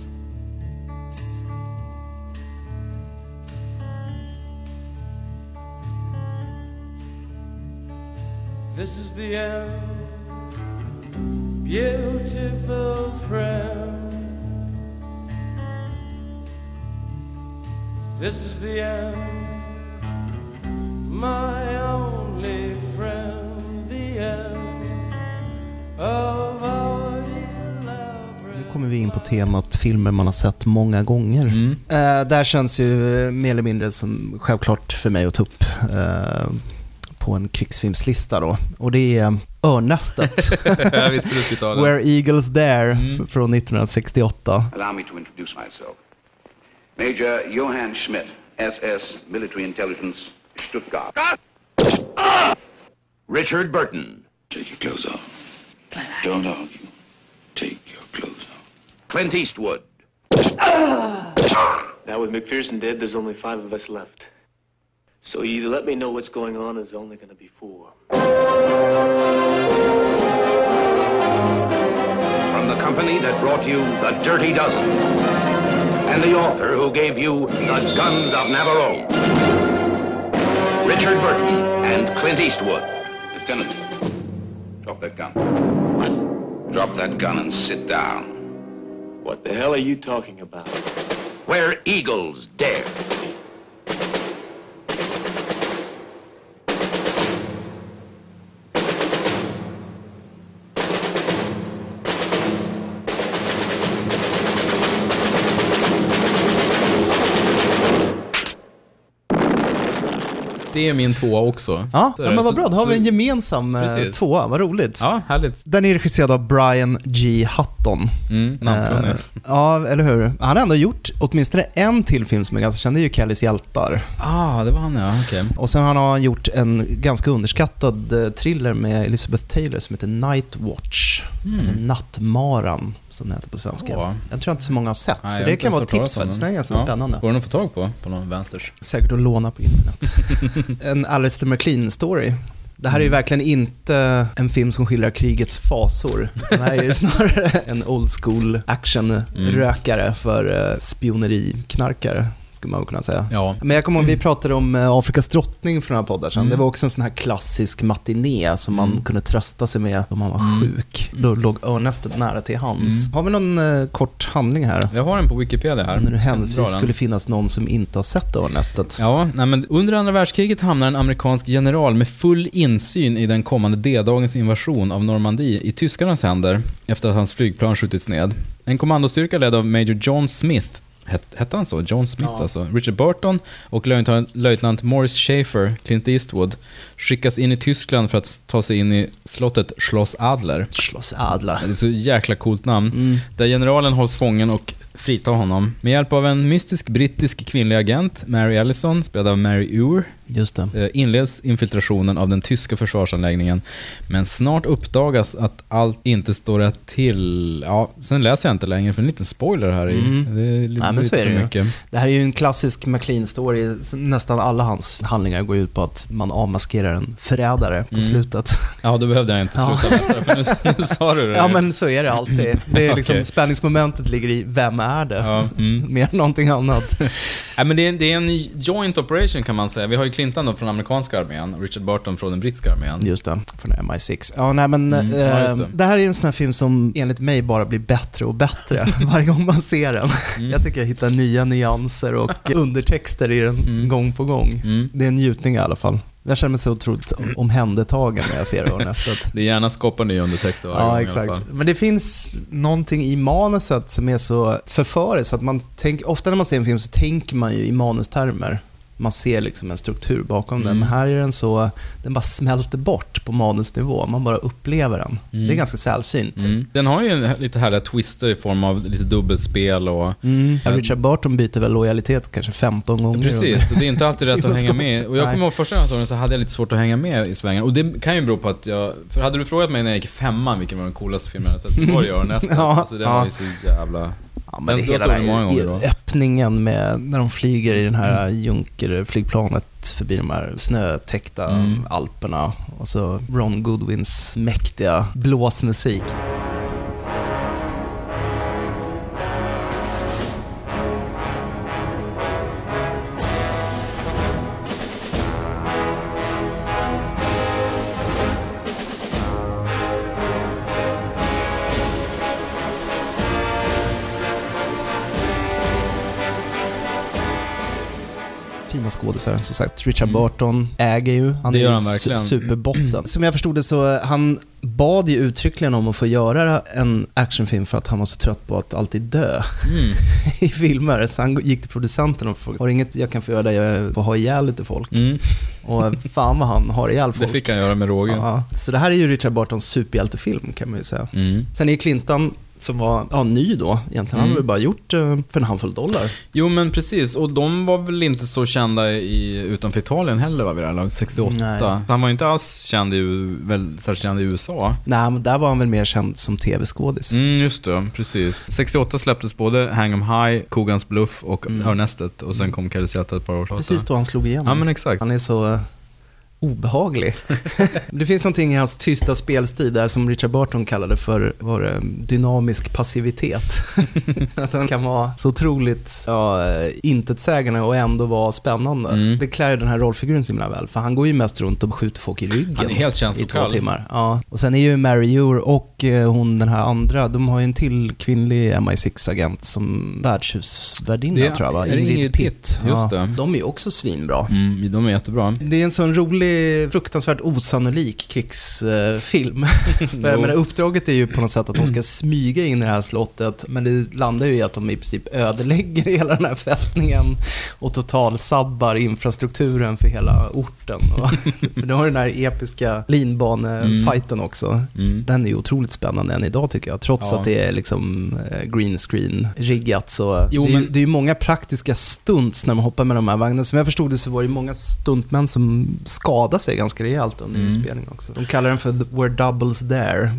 This is the end, beautiful friend. This is the end, my only friend, the end of our elaborate... Nu kommer vi in på temat filmer man har sett många gånger. Där känns ju mer eller mindre som självklart för mig att ta upp på en krigsfilmslista då. Och det är Örnästet. Jag visste du skulle ta det. Where Eagles Dare från 1968. Allow me to introduce myself. Major Johann Schmidt, SS, Military Intelligence, Stuttgart. Richard Burton. Take your clothes off. Don't argue. Take your clothes off. Clint Eastwood. Now with McPherson dead, there's only 5 of us left. So you either let me know what's going on, or there's only going to be 4. From the company that brought you The Dirty Dozen. And the author who gave you The Guns of Navarone. Richard Burton and Clint Eastwood. Lieutenant, drop that gun. What? Drop that gun and sit down. What the hell are you talking about? Where Eagles Dare. Det är min 2 också. Ja, men vad bra. Då har vi en gemensam 2. Vad roligt. Ja, härligt. Den är regisserad av Brian G. Hutton. Namnkunnig. Ja, eller hur? Han har ändå gjort åtminstone en till film som är ganska känd. Det är ju Kellys hjältar. Det var han, ja. Okay. Och sen har han gjort en ganska underskattad thriller med Elizabeth Taylor som heter Night Watch. Eller Nattmaran, som det heter på svenska. Jag tror inte så många har sett, så det kan vara ett tips faktiskt. Det är ganska spännande. Går den att få tag på någon vänsters? Säkert att låna på internet. En Alistair MacLean-story. Det här är ju verkligen inte en film som skildrar krigets fasor. Det här är ju snarare en old school action-rökare för spioneriknarkare, skulle man kunna säga. Ja. Men jag kommer ihåg, vi pratade om Afrikas drottning från den här podden sen. Det var också en sån här klassisk matiné som man kunde trösta sig med om man var sjuk. Då låg Örnästet nära till hands. Har vi någon kort handling här? Jag har den på Wikipedia här. När det händelsevis skulle finnas någon som inte har sett Örnästet. Ja, men under andra världskriget hamnar en amerikansk general med full insyn i den kommande D-dagens invasion av Normandie i tyskarnas händer efter att hans flygplan skjutits ned. En kommandostyrka ledd av Major John Smith, hette han så? John Smith alltså. Richard Burton och löjtnant Morris Schaefer, Clint Eastwood, skickas in i Tyskland för att ta sig in i slottet Schloss Adler. Schloss Adler. Det är så jäkla coolt namn. Där generalen hålls fången och fritar honom. Med hjälp av en mystisk brittisk kvinnlig agent, Mary Ellison, spelad av Mary Ure, just det, inleds infiltrationen av den tyska försvarsanläggningen. Men snart uppdagas att allt inte står rätt till. Ja, sen läser jag inte längre för en liten spoiler här i. Det är lite, men så är det för mycket. Det här är ju en klassisk MacLean-story. Nästan alla hans handlingar går ut på att man avmaskerar en förrädare på slutet. Ja, då behövde jag inte sluta läsa det, för nu sa du det. Ja, men så är det alltid. Det är liksom, spänningsmomentet ligger i vem är det? Ja, mer än någonting annat. Ja, men det är en joint operation kan man säga. Vi har ju Clinton då från amerikanska armén och Richard Burton från den brittiska armén. Just det, från MI6. Ja, nej, men det här är en sån här film som enligt mig bara blir bättre och bättre varje gång man ser den. Jag tycker jag hittar nya nyanser och undertexter i den gång på gång. Det är en njutning i alla fall. Jag känner mig så otroligt omhändertagen när jag ser Örnästet. Det är gärna skapar nya undertexter varje gång. Exakt. Men det finns någonting i manuset som är så förföriskt att man ofta när man ser en film så tänker man ju i manustermer. Man ser liksom en struktur bakom den. Men här är den så, den bara smälter bort på manusnivå. Man bara upplever den. Det är ganska sällsynt. Den har ju lite härliga twister i form av lite dubbelspel och... Richard Burton byter väl lojalitet kanske 15 gånger. Precis, så det är inte alltid rätt att hänga med. Och jag kommer ihåg första gången så hade jag lite svårt att hänga med i svängen. Och det kan ju bero på att för hade du frågat mig när jag gick i 5:an vilken var den coolaste filmen jag sett, så var det Örnästet. Alltså den var ju så jävla... Ja, men det hela öppningen med när de flyger i den här Junker-flygplanet förbi de här snötäckta Alperna och så Ron Goodwins mäktiga blåsmusik. skådespelare. Som sagt, Richard Burton äger ju. Han det är gör ju han verkligen. Superbossen. Som jag förstod det så, han bad ju uttryckligen om att få göra en actionfilm för att han var så trött på att alltid dö i filmer. Så han gick till producenten och frågade, har inget jag kan få göra där jag får ha ihjäl lite folk? Och fan vad han har ihjäl folk. Det fick han göra med rågen. Ja, så det här är ju Richard Burtons superhjältefilm kan man ju säga. Sen är Clinton som var ny då egentligen. Han hade väl bara gjort för en handfull $. Jo men precis, och de var väl inte så kända utanför Italien heller var vi där, lag 68. Nej. Han var ju inte alls särskilt känd i USA. Nej, men där var han väl mer känd som tv-skådis. Just det, precis. 68 släpptes både Hang 'em High, Coogan's Bluff och Örnästet, och sen kom Carisata ett par år. Precis då han slog igenom. Ja men exakt. Han är så obehaglig. Det finns någonting i hans tysta spelstil där som Richard Burton kallade för dynamisk passivitet. Att han kan vara så otroligt intetsägande och ändå vara spännande. Det klär ju den här rollfiguren så himla väl, för han går ju mest runt och skjuter folk i ryggen. Han är helt i känslokall. 2 timmar. Ja. Och sen är ju Mary Ure och hon den här andra, de har ju en till kvinnlig MI6-agent som värdshusvärdinna tror jag, va? Ingrid Pitt. Just det. De är ju också svinbra. De är jättebra. Det är en sån rolig, fruktansvärt osannolik krigsfilm. Men uppdraget är ju på något sätt att de ska smyga in i det här slottet, men det landar ju i att de i princip ödelägger hela den här fästningen och totalsabbar infrastrukturen för hela orten. För då har den här episka linbanefighten också. Den är ju otroligt spännande än idag tycker jag, trots att det är liksom green screen riggat. Så det är ju många praktiska stunts när man hoppar med de här vagnarna. Som jag förstod det så var det många stuntmän som skadade sig ganska rejält under inspelningen också. De kallar den för We're Doubles There.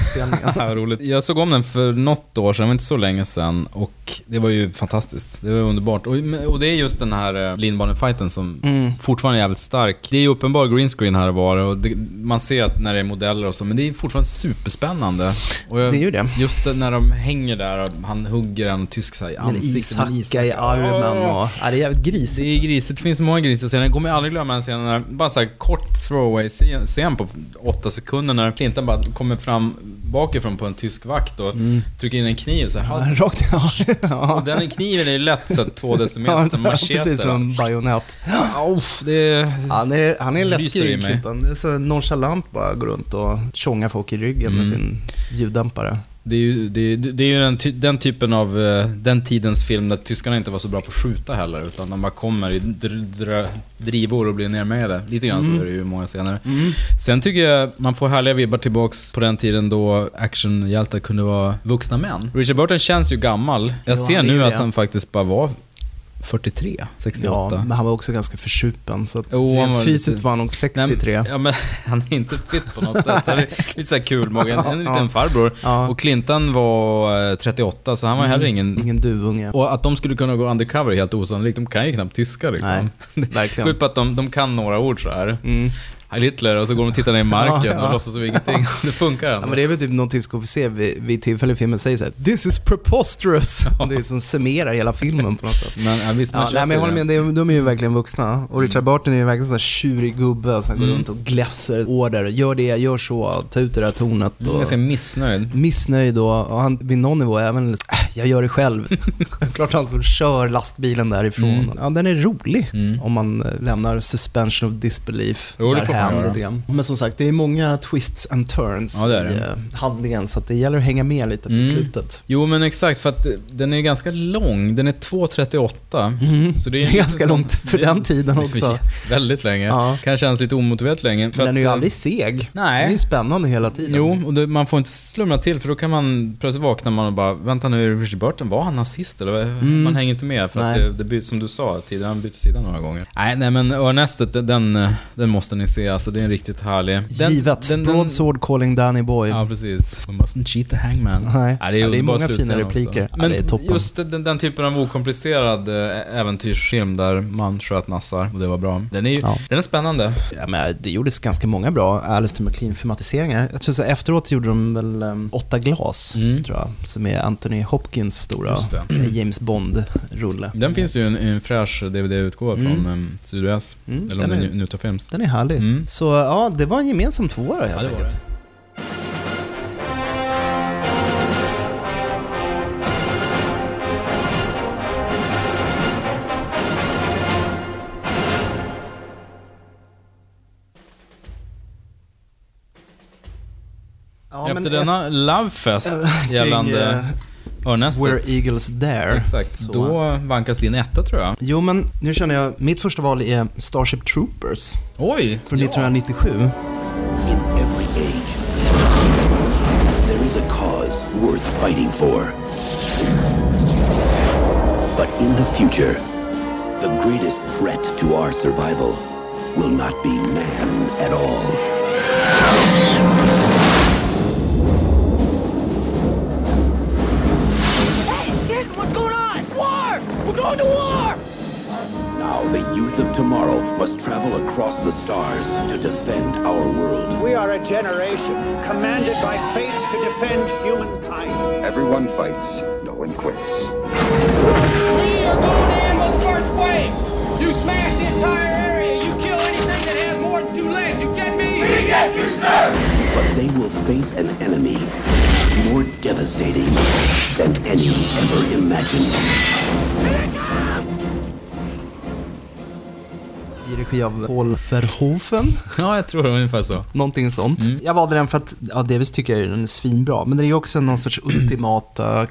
Ja, roligt. Jag såg om den för något år sedan, det var inte så länge sedan, och det var ju fantastiskt. Det var underbart. Och det är just den här linbanefighten som fortfarande är jävligt stark. Det är ju uppenbar green screen här och var, och man ser att när det är modeller och så, men det är fortfarande superspännande. Och det är ju det. Just när de hänger där och han hugger en tysk i ansiktet. Ishacka i armen och... Ja, det är jävligt grisigt. Det är grisigt. Det finns många grisiga scener. Jag kommer aldrig glömma en scen när bara så här kort throwaway-scen på 8 sekunder när Clinton bara kommer fram bakifrån på en tysk vakt och trycker in en kniv så här. Rakt och den kniven är ju lätt så 2 decimeter som machete. Precis som en bajonett. Han är läskig, Clinton. Det är så nonchalant bara går runt och tjongar folk i ryggen med sin ljuddämpare. Det är ju den typen av den tidens film där tyskarna inte var så bra på att skjuta heller, utan de bara kommer i drivor och blir ner med det. Lite grann så är det ju många scener. Sen tycker jag man får härliga vibbar tillbaks på den tiden då actionhjältar kunde vara vuxna män. Richard Burton känns ju gammal. Jag ser nu att han faktiskt bara var 43, 68. Ja, men han var också ganska försupen, så att fysiskt var han nog 63. Ja, men han är inte fit på något sätt. Han är lite så här kul, en liten farbror. Ja. Och Clinton var 38, så han var heller ingen duvunge. Och att de skulle kunna gå undercover är helt osannolikt. De kan ju knappt tyska liksom. Nej, verkligen. Gå ut på att de kan några ord så här. Hitler, och så går de och tittar ner i marken och låtsas som ingenting. Det funkar ändå. Ja, men det är väl typ någon tysk officer vid tillfälle i filmen säger så här: "This is preposterous." Det är som summerar hela filmen på något sätt. Men visst, men jag håller med, de är ju verkligen vuxna. Och Richard Burton är ju verkligen så här tjurig gubbe som går runt och gläfser order. Gör det, gör så, ta ut det där tornet. Och ganska missnöjd och han vid någon nivå även jag gör det själv. Klart han som kör lastbilen därifrån. Ja, den är rolig om man lämnar suspension of disbelief. Men som sagt, det är många twists and turns i handlingen, så att det gäller att hänga med lite på slutet. Jo, men exakt, för att den är ganska lång. Den är 2:38. Så det är ganska långt för den tiden också. Väldigt länge. Kan kännas lite omotiverat länge. Men den är ju aldrig seg. Nej. Den är ju spännande hela tiden. Jo, och man får inte slumra till, för då kan man plötsligt vakna och bara, vänta nu, Richard Burton, var han nazist? Eller? Man hänger inte med, för att det som du sa tidigare, han byter sida några gånger. Nej, men Örnästet, den måste ni se. Alltså, det är en riktigt härlig. Broadsword calling Danny Boy. Ja, precis. We mustn't cheat the hangman. Nej. Ja, det är många fina repliker. Men det är toppen. Just den typen av okomplicerad äventyrsfilm där man sköt nassar, och det var bra. Den är spännande. Ja, men det gjordes ganska många bra Alistair McLean-filmatiseringar. Jag tror så efteråt gjorde de väl 8 glas, tror jag, som är Anthony Hopkins stora James Bond-rulle. Den finns ju en fräsch DVD-utgåva från Studio S. Eller om det är Nuta Films. Den är härlig. Så ja, det var en gemensam 2 helt enkelt. efter denna lovefest gällande Örnästet. Where Eagles Dare. Exakt, så. Då vankas din etta tror jag. Jo, men nu känner jag, mitt första val är Starship Troopers. Oj! Från 1997. In every age, there is a cause worth fighting for. But in the future, the greatest threat to our survival will not be man at all. Hey, kid, what's going on? It's war! We're going to war! Now the youth of tomorrow must travel across the stars to defend our world. We are a generation commanded by fate to defend humankind. Everyone fights, no one quits. We are going in with the first wave! You smash the entire area! You kill anything that has more than 2 legs! You get me? We get you, sir! But they will face an enemy more devastating than any ever imagined. I regi av Paul Verhoeven. Ja, jag tror det var ungefär så. Någonting sånt. Jag valde den för att, delvis tycker jag den är svinbra. Men den är ju också någon sorts ultimata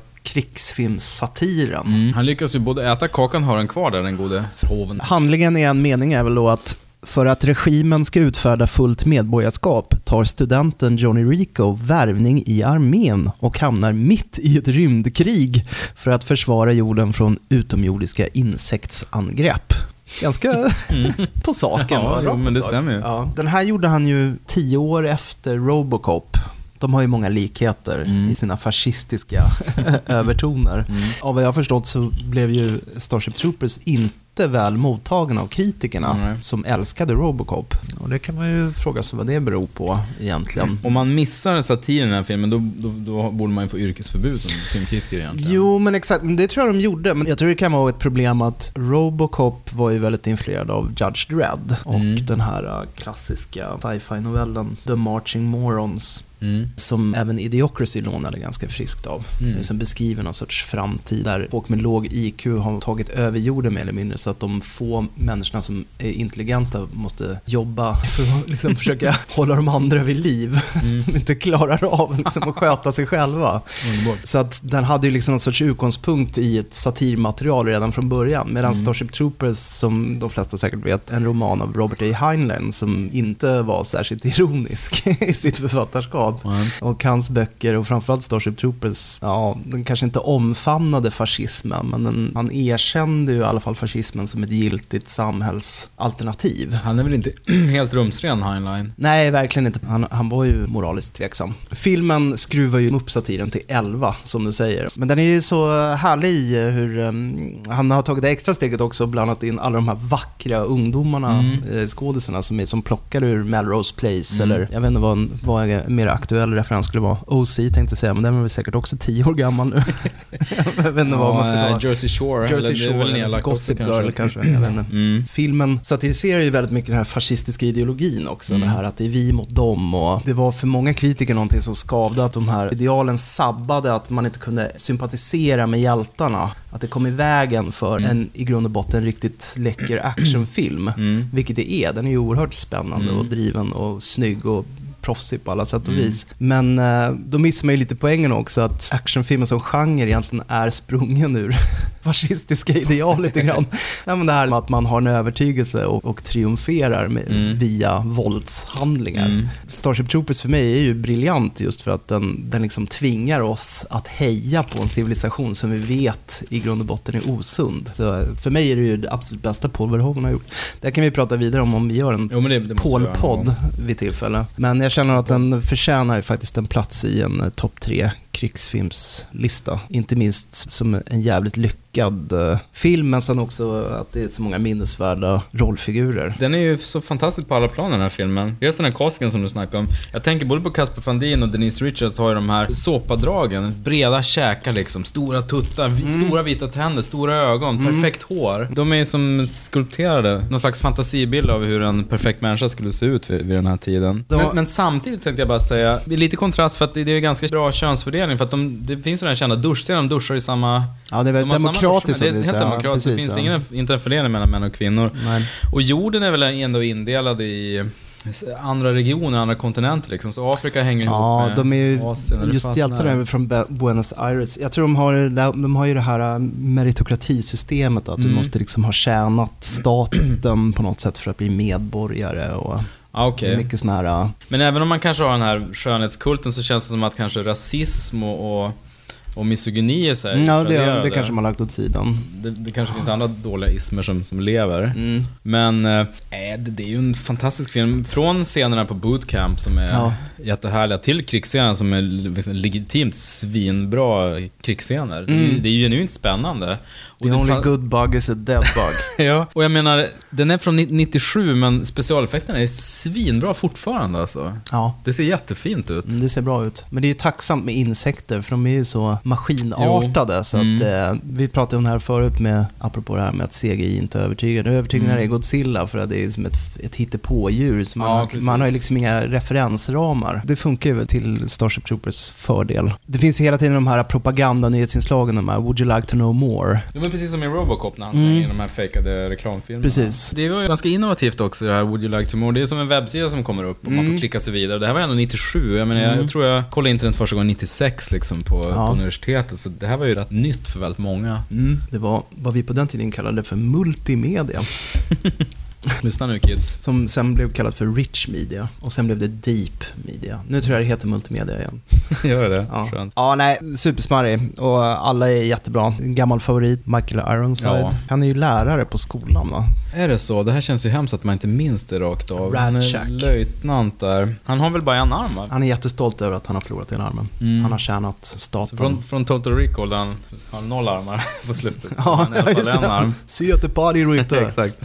krigsfilmsatiren. Han lyckas ju både äta kakan och ha den kvar där, den gode Verhoeven. Handlingen i en mening är väl då att för att regimen ska utfärda fullt medborgarskap tar studenten Johnny Rico värvning i armén och hamnar mitt i ett rymdkrig för att försvara jorden från utomjordiska insektsangrepp. Ganska på saken. Ja, men det stämmer ju. Ja. Den här gjorde han ju 10 år efter Robocop. De har ju många likheter i sina fascistiska övertoner. Av vad jag har förstått så blev ju Starship Troopers inte väl mottagen av kritikerna som älskade Robocop. Och det kan man ju fråga sig vad det beror på egentligen. Om man missar satiren i den här filmen då borde man ju få yrkesförbud som filmkritiker egentligen. Jo, men exakt. Det tror jag de gjorde. Men jag tror det kan vara ett problem att Robocop var ju väldigt influerad av Judge Dredd och den här klassiska sci-fi-novellen The Marching Morons. Som även Idiocracy lånade ganska friskt av. Som beskriver någon sorts framtid där folk med låg IQ har tagit över jorden mer eller mindre, så att de få människorna som är intelligenta måste jobba för att liksom försöka hålla de andra vid liv som inte klarar av liksom att sköta sig själva. Så att den hade ju liksom någon sorts utgångspunkt i ett satirmaterial redan från början, medan Starship Troopers, som de flesta säkert vet, en roman av Robert A. Heinlein som inte var särskilt ironisk i sitt författarskap. Och hans böcker och framförallt Starship Troopers, ja, den kanske inte omfamnade fascismen, men han erkände ju i alla fall fascismen som ett giltigt samhällsalternativ. Han är väl inte helt rumsren, Heinlein? Nej, verkligen inte. Han var ju moraliskt tveksam. Filmen skruvar ju upp satiren till 11, som du säger. Men den är ju så härlig i hur han har tagit det extra steget också, blandat in alla de här vackra ungdomarna, skådisarna som plockar ur Melrose Place, eller jag vet inte vad är mer aktuell referens skulle vara. OC tänkte jag säga, men den var väl säkert också 10 år gammal nu. Jag vet inte vad man ska ta. Jersey Shore. Eller Gossip Girl kanske. Jag vet inte. Filmen satiriserar ju väldigt mycket den här fascistiska ideologin också. Det här att det är vi mot dem. Och det var för många kritiker någonting som skavde, att de här idealen sabbade, att man inte kunde sympatisera med hjältarna. Att det kom i vägen för en i grund och botten riktigt läcker actionfilm. Vilket det är. Den är ju oerhört spännande och driven och snygg och proffsig på alla sätt och vis. Men då missar man ju lite poängen också, att actionfilmen som genre egentligen är sprungen ur fascistiska ideal lite grann. Ja, men det här med att man har en övertygelse och triumferar via våldshandlingar. Starship Troopers för mig är ju briljant just för att den liksom tvingar oss att heja på en civilisation som vi vet i grund och botten är osund. Så för mig är det ju det absolut bästa Paul Verhoeven har gjort. Det kan vi prata vidare om vi gör en Paul-podd vid tillfälle. Men jag känner att den förtjänar faktiskt en plats i en topp 3 krigsfilmslista. Inte minst som en jävligt lyckad film, men sen också att det är så många minnesvärda rollfigurer. Den är ju så fantastisk på alla plan, den här filmen. Just den här casken som du snackade om. Jag tänker både på Casper Van Dien och Denise Richards har ju de här såpadragen. Breda käkar liksom, stora tuttar, stora vita tänder, stora ögon, perfekt hår. De är som skulpterade. Någon slags fantasibild av hur en perfekt människa skulle se ut vid den här tiden. Men samtidigt tänkte jag bara säga, det är lite kontrast för att det är ganska bra könsfördelning. För att det finns ju den här kända duschscenen, de duschar i samma... Ja, det är väl demokratiskt. Det är helt demokratiskt. Det finns inte en fördelning mellan män och kvinnor. Nej. Och jorden är väl ändå indelad i andra regioner, andra kontinenter liksom. Så Afrika hänger ihop med de är ju Asien. just hjältarna från Buenos Aires. Jag tror de har ju det här meritokratisystemet att du måste liksom ha tjänat staten på något sätt för att bli medborgare och det är mycket sån här... Men även om man kanske har den här skönhetskulten så känns det som att kanske rasism och misogyni är så här. Ja, det kanske man har lagt åt sidan. Det kanske finns andra dåliga ismer som lever. Men det är ju en fantastisk film. Från scenerna på bootcamp som är jättehärliga till krigsscenerna som är liksom legitimt svinbra krigsscener. Det är ju genuint spännande. The only good bug is a dead bug. Ja, och jag menar, den är från 97 men specialeffekterna är svinbra fortfarande alltså. Ja. Det ser jättefint ut. Det ser bra ut. Men det är ju tacksamt med insekter för de är ju så maskinartade så att vi pratade om det här förut med apropå det här med att CGI inte övertygar. Nu övertygar när det är Godzilla för att det är som ett hittepådjur så man har ju liksom inga referensramar. Det funkar ju till Starship Troopers fördel. Det finns ju hela tiden de här propagandanyhetsinslagen, de här Would you like to know more? Det var precis som i Robocop när han slänger in de här fejkade reklamfilmerna. Precis. Det var ju ganska innovativt också det här Would you like to more? Det är som en webbsida som kommer upp och man får klicka sig vidare. Det här var ändå 97. Jag menar, jag tror jag kollade internet första gången 96 liksom på universitetet. Så det här var ju rätt nytt för väldigt många. Det var vad vi på den tiden kallade för multimedia. Lyssna nu kids. Som sen blev kallat för rich media. Och sen blev det deep media. Nu tror jag det heter multimedia igen. Gör det? Ja, nej, supersmarrig. Och alla är jättebra. En gammal favorit, Michael Ironside. Ja. Han är ju lärare på skolan, va? Är det så? Det här känns ju hemskt att man inte minns det rakt av. Radchak. Han är löjtnant där. Han har väl bara en arm, va? Han är jättestolt över att han har förlorat en armen. Han har tjänat staten. Från Total Recall där han har 0 armar på slutet. Ja, just det. En arm. Se att det party inte. Exakt.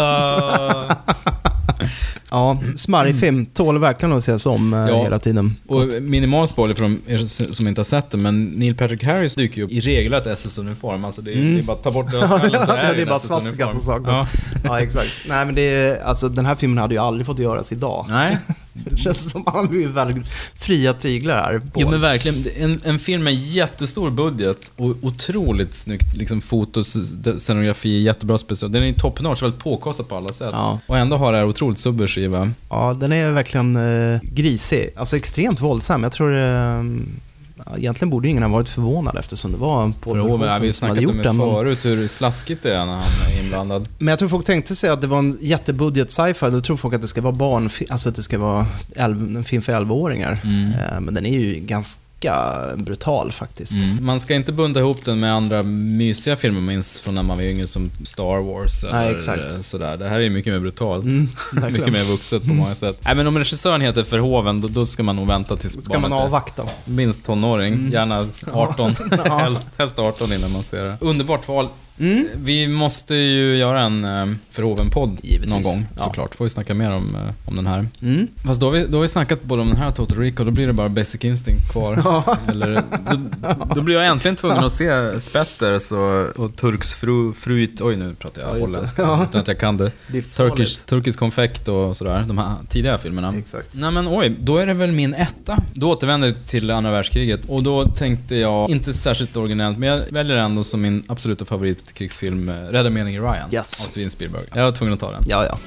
Ja, smarrig film. Tål verkligen att ses om hela tiden. Och minimal spoiler för de er som inte har sett det, men Neil Patrick Harris dyker ju upp i regelrätt SS-uniform. Alltså det är bara att ta bort det så är det är bara svastika som saknas. Ja, exakt. Nej, men alltså, den här filmen hade ju aldrig fått göras idag. Nej. Det känns som att han är väldigt fria tyglar här. Jo, men verkligen. En film med jättestor budget och otroligt snyggt liksom, fotos, scenografi, jättebra special. Den är top notch, väldigt påkostad på alla sätt. Ja. Och ändå har det här otroligt subversiva. Ja, den är verkligen grisig. Alltså extremt våldsam. Jag tror egentligen borde ingen ha varit förvånad eftersom det var på vi snackat om det förut hur slaskigt det är när han är inblandad. Men jag tror folk tänkte sig att det var en jättebudget sci-fi. Då tror folk att det ska vara barn, alltså att det ska vara en film för 11-åringar. Men den är ju ganska brutal faktiskt. Man ska inte bunda ihop den med andra mysiga filmer minst från när man var yngre som Star Wars eller sådär. Det här är mycket mer brutalt. Mycket mer vuxet på många sätt. Nej, men om regissören heter Verhoeven då ska man nog vänta tills ska man avvakta. Minst tonåring, gärna 18. helst 18 innan man ser det. Underbart val. Vi måste ju göra en Verhoeven-podd någon gång, såklart. Får vi snacka mer om den här. Fast då har vi snackat både om den här Total Recall, då blir det bara Basic Instinct kvar. Eller, då blir jag äntligen tvungen att se Spetters och Turks fruit. Oj, nu pratar jag holländska utan att jag kan det. Turkisk konfekt och sådär, de här tidiga filmerna. Exakt. Nej men oj, då är det väl min etta. Då återvänder jag till andra världskriget och då tänkte jag, inte särskilt originellt, men jag väljer ändå som min absoluta favorit krigsfilm Rädda meningen Ryan av Steven Spielberg. Jag var tvungen att ta den. Ja.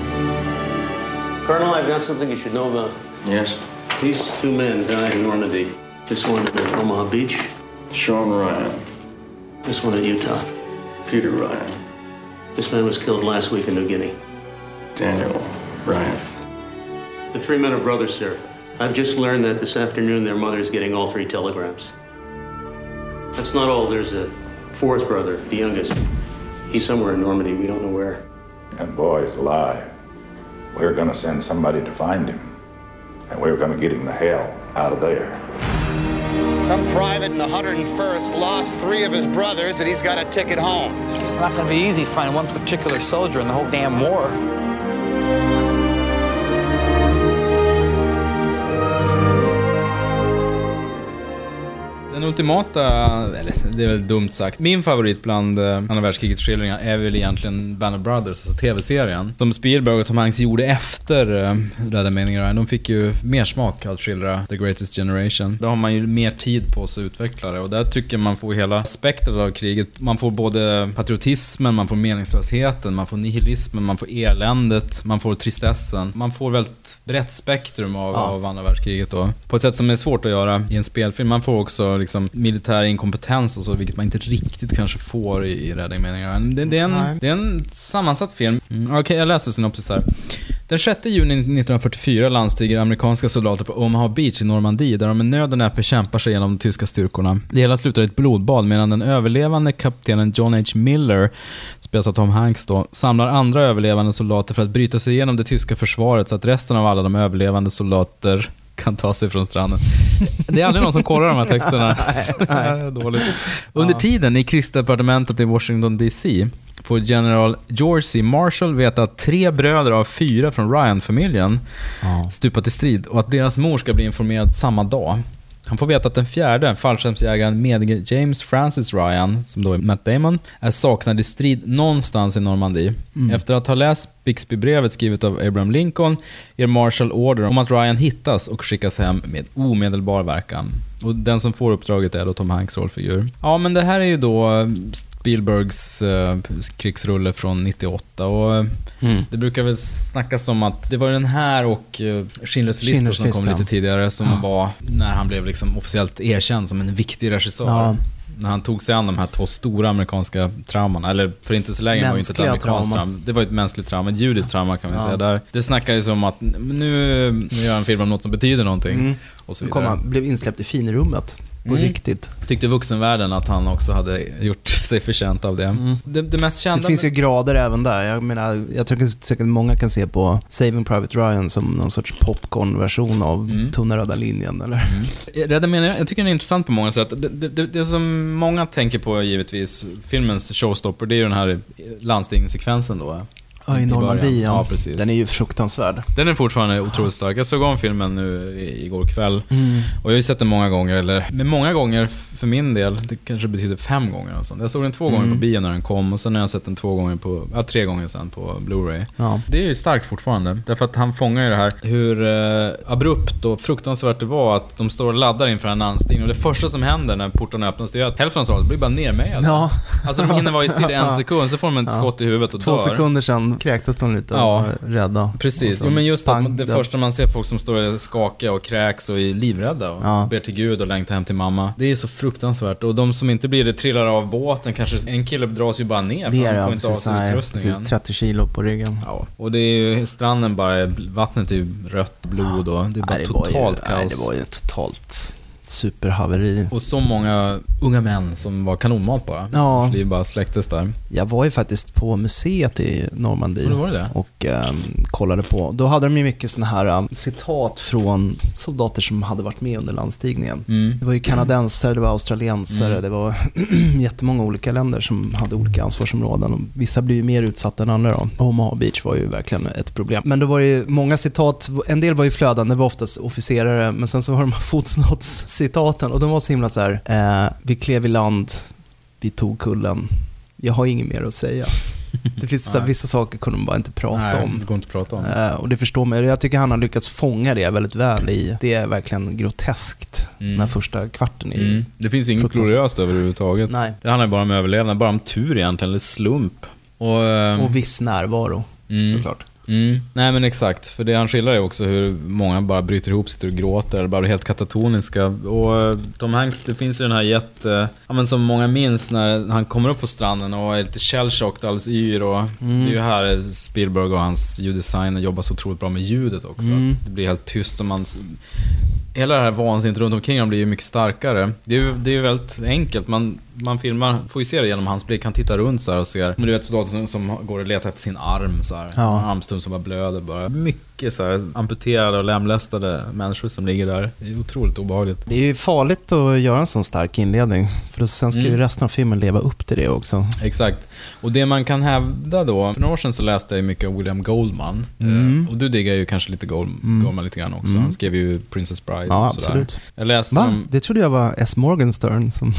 Colonel, I've got something you should know about. Yes? These 2 men died in Normandy. This one at Omaha Beach. Sean Ryan. This one in Utah. Peter Ryan. This man was killed last week in New Guinea. Daniel Ryan. The 3 men are brothers, sir. I've just learned that this afternoon their mother is getting all 3 telegrams. That's not all. There's a 4th brother, the youngest. He's somewhere in Normandy. We don't know where. That boy's alive. We're going to send somebody to find him. And we're going to get him the hell out of there. Some private in the 101st lost 3 of his brothers and he's got a ticket home. It's not going to be easy finding one particular soldier in the whole damn war. Den ultimata, eller det är väl dumt sagt, min favorit bland andra världskrigets skildringar är väl egentligen Band of Brothers, alltså tv-serien. Som Spielberg och Tom Hanks gjorde efter Rädda Meningen Ryan. De fick ju mer smak att skildra The Greatest Generation. Då har man ju mer tid på sig att utveckla det. Och där tycker man får hela spektrat av kriget. Man får både patriotismen, man får meningslösheten, man får nihilismen, man får eländet, man får tristessen. Man får väldigt brett spektrum av andra världskriget då. På ett sätt som är svårt att göra i en spelfilm. Man får också liksom militär inkompetens och så, vilket man inte riktigt kanske får i Rädda Meningen Ryan. Det är en sammansatt film. Okej, jag läser synopsis här. Den 6 juni 1944 landstiger amerikanska soldater på Omaha Beach i Normandie, där de med nöd och näppe kämpar sig genom de tyska styrkorna. Det hela slutar i ett blodbad medan den överlevande kaptenen John H. Miller, spelas av Tom Hanks då, samlar andra överlevande soldater för att bryta sig igenom det tyska försvaret så att resten av alla de överlevande soldater kan ta sig från stranden. Det är aldrig någon som kollar de här texterna. Nej. Dåligt. Under tiden i krigsdepartementet i Washington DC får general George C. Marshall veta att 3 bröder av 4 från Ryan-familjen stupat i strid och att deras mor ska bli informerad samma dag. Han får veta att den 4:e, fallskärmsjägaren medige James Francis Ryan, som då är Matt Damon, är saknad i strid någonstans i Normandie. Efter att ha läst Bixby-brevet skrivet av Abraham Lincoln ger Marshall order om att Ryan hittas och skickas hem med omedelbar verkan. Och den som får uppdraget är då Tom Hanks rollfigur. Ja, men det här är ju då Spielbergs krigsrulle från 98 och det brukar väl snackas om att det var den här och Schindler's List som kom lite tidigare som var när han blev liksom officiellt erkänd som en viktig regissör. Ja. När han tog sig an de här 2 stora amerikanska trauman, eller förintelselägen var ju inte ett amerikanskt trauma. Det var ett mänskligt trauma, ett judiskt trauma kan vi säga. Där, det snackades om att nu gör han film om något som betyder någonting. Och så vidare. Han blev insläppt i finrummet. På riktigt. Tyckte vuxenvärlden att han också hade gjort sig förtjänt av det. Det mest kända... Det finns ju grader även där. Jag menar, jag tycker säkert många kan se på Saving Private Ryan som någon sorts popcorn-version av Tunna röda linjen. Eller? Jag tycker det är intressant på många sätt. Det som många tänker på givetvis, filmens showstopper, det är ju den här landstigningssekvensen då. Ja, i Normandie, ja, precis. Den är ju fruktansvärd. Den är fortfarande otroligt stark. Jag såg om filmen nu igår kväll. Och jag har ju sett den många gånger. Eller med många gånger för min del, det kanske betyder 5 gånger och sånt. Jag såg den 2 gånger på bio när den kom. Och sen har jag sett den 3 gånger sen på Blu-ray. Ja. Det är ju starkt fortfarande. Därför att han fångar ju det här hur abrupt och fruktansvärt det var att de står och laddar inför en landstigning. Och det första som händer när portarna öppnas, det är att hälften av soldaterna blir bara nermejade. Ja. Alltså de hinner vara i strid 1 sekund, så får de ett skott i huvudet och 2 dör. 2 sekunder sedan kräktes de lite och rädda. Precis, men just att det första man ser folk som står och skakar och kräks och är livrädda och ber till Gud och längtar hem till mamma. Det är så fruktansvärt. Och de som inte blir det trillar av båten, kanske en kille dras ju bara ner för han får inte av sig utrustningen. Precis, 30 kilo på ryggen. Ja. Och det är ju stranden bara, vattnet är ju rött blod och det är bara totalt kaos. Det var ju totalt superhaveri. Och så många unga män som var kanonmat bara. Ja. Det bara släcktes där. Jag var ju faktiskt på museet i Normandie och kollade på. Då hade de ju mycket såna här citat från soldater som hade varit med under landstigningen. Det var ju kanadensare, det var australiensare, det var jättemånga olika länder som hade olika ansvarsområden. Och vissa blev ju mer utsatta än andra då. Omaha Beach var ju verkligen ett problem. Men då var det ju många citat, en del var ju flödande, det var oftast officerare, men sen så var de fotnotscitaten och de var så himla så här: vi klev i land, vi tog kullen, jag har inget mer att säga. Det finns vissa saker kunde man bara inte prata om. Det går inte att prata om. Och det förstår man. Jag tycker han har lyckats fånga det väldigt väl i. Det är verkligen groteskt den här första kvarten i. Det finns inget gloriöst överhuvudtaget. Nej. Det handlar bara om överlevnad, bara om tur egentligen, eller slump. Och viss närvaro, såklart. Nej men exakt, för det han skildrar är också hur många bara bryter ihop, sitter och gråter eller bara blir helt katatoniska. Och Tom Hanks, det finns ju den här men som många minns när han kommer upp på stranden och är lite shellshocked, alldeles yr och det är ju här Spielberg och hans ljuddesigner jobbar så otroligt bra med ljudet också, att det blir helt tyst och hela det här vansinnet runt omkring blir ju mycket starkare. Det är ju väldigt enkelt. man filmar, får ju se det genom hans blick. Han tittar runt så här och ser, men du vet soldater som går och letar efter sin arm så här. En armstum som bara blöder bara. Mycket så här amputerade och lemlästade människor som ligger där. Det är otroligt obehagligt. Det är ju farligt att göra en sån stark inledning, för sen ska ju resten av filmen leva upp till det också. Exakt. Och det man kan hävda då, för några år sedan så läste jag mycket av William Goldman. Och du diggar ju kanske lite Goldman lite grann också. Han skrev ju Princess Bride och sådär. Absolut. Jag läste Det trodde jag var S. Morgenstern som...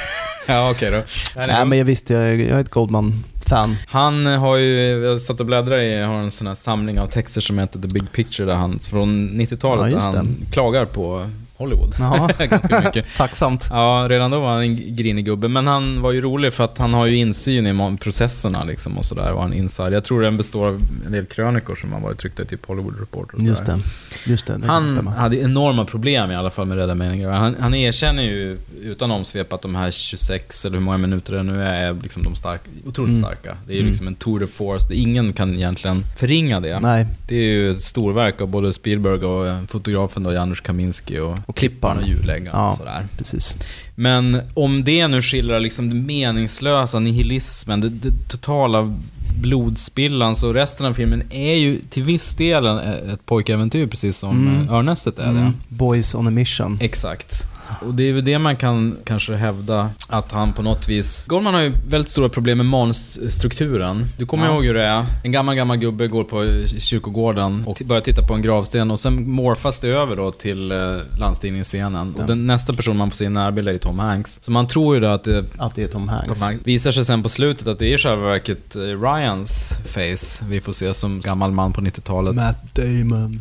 Ja, okej då. Nej, men jag visste, jag är ett Goldman-fan. Han har ju, jag satt och bläddrade i, har en sån här samling av texter som heter The Big Picture, där han, från 90-talet, där han klagar på Hollywood. Ganska mycket. Tacksamt. Ja, redan då var han en grinig gubbe. Men han var ju rolig för att han har ju insyn i processerna liksom och sådär. Och han inside. Jag tror den består av en del krönikor som har varit tryckta i typ Hollywood Reporter och sådär. Just det. Han hade enorma problem i alla fall med Rädda meningar. Han erkänner ju utan omsvep att de här 26 eller hur många minuter det nu är liksom de otroligt starka. Det är ju liksom en tour de force. Ingen kan egentligen förringa det. Nej. Det är ju ett storverk av både Spielberg och fotografen då, Janusz Kaminski och klipparen och ljudläggaren och sådär. Precis. Men om det nu skildrar liksom det meningslösa, nihilismen, det totala blodspillan, så resten av filmen är ju till viss del ett pojkäventyr, precis som Örnästet är det. Boys on a mission. Exakt. Och det är väl det man kan kanske hävda, att han på något vis... Goldman har ju väldigt stora problem med manusstrukturen. Du kommer ihåg hur det är. En gammal gubbe går på kyrkogården och börjar titta på en gravsten, och sen morfas det över då till landstigningsscenen. Och den nästa person man får se i närbild är ju Tom Hanks. Så man tror ju då att det är Tom Hanks. Visar sig sen på slutet att det är i själva verket Ryans face vi får se som gammal man på 90-talet. Matt Damon.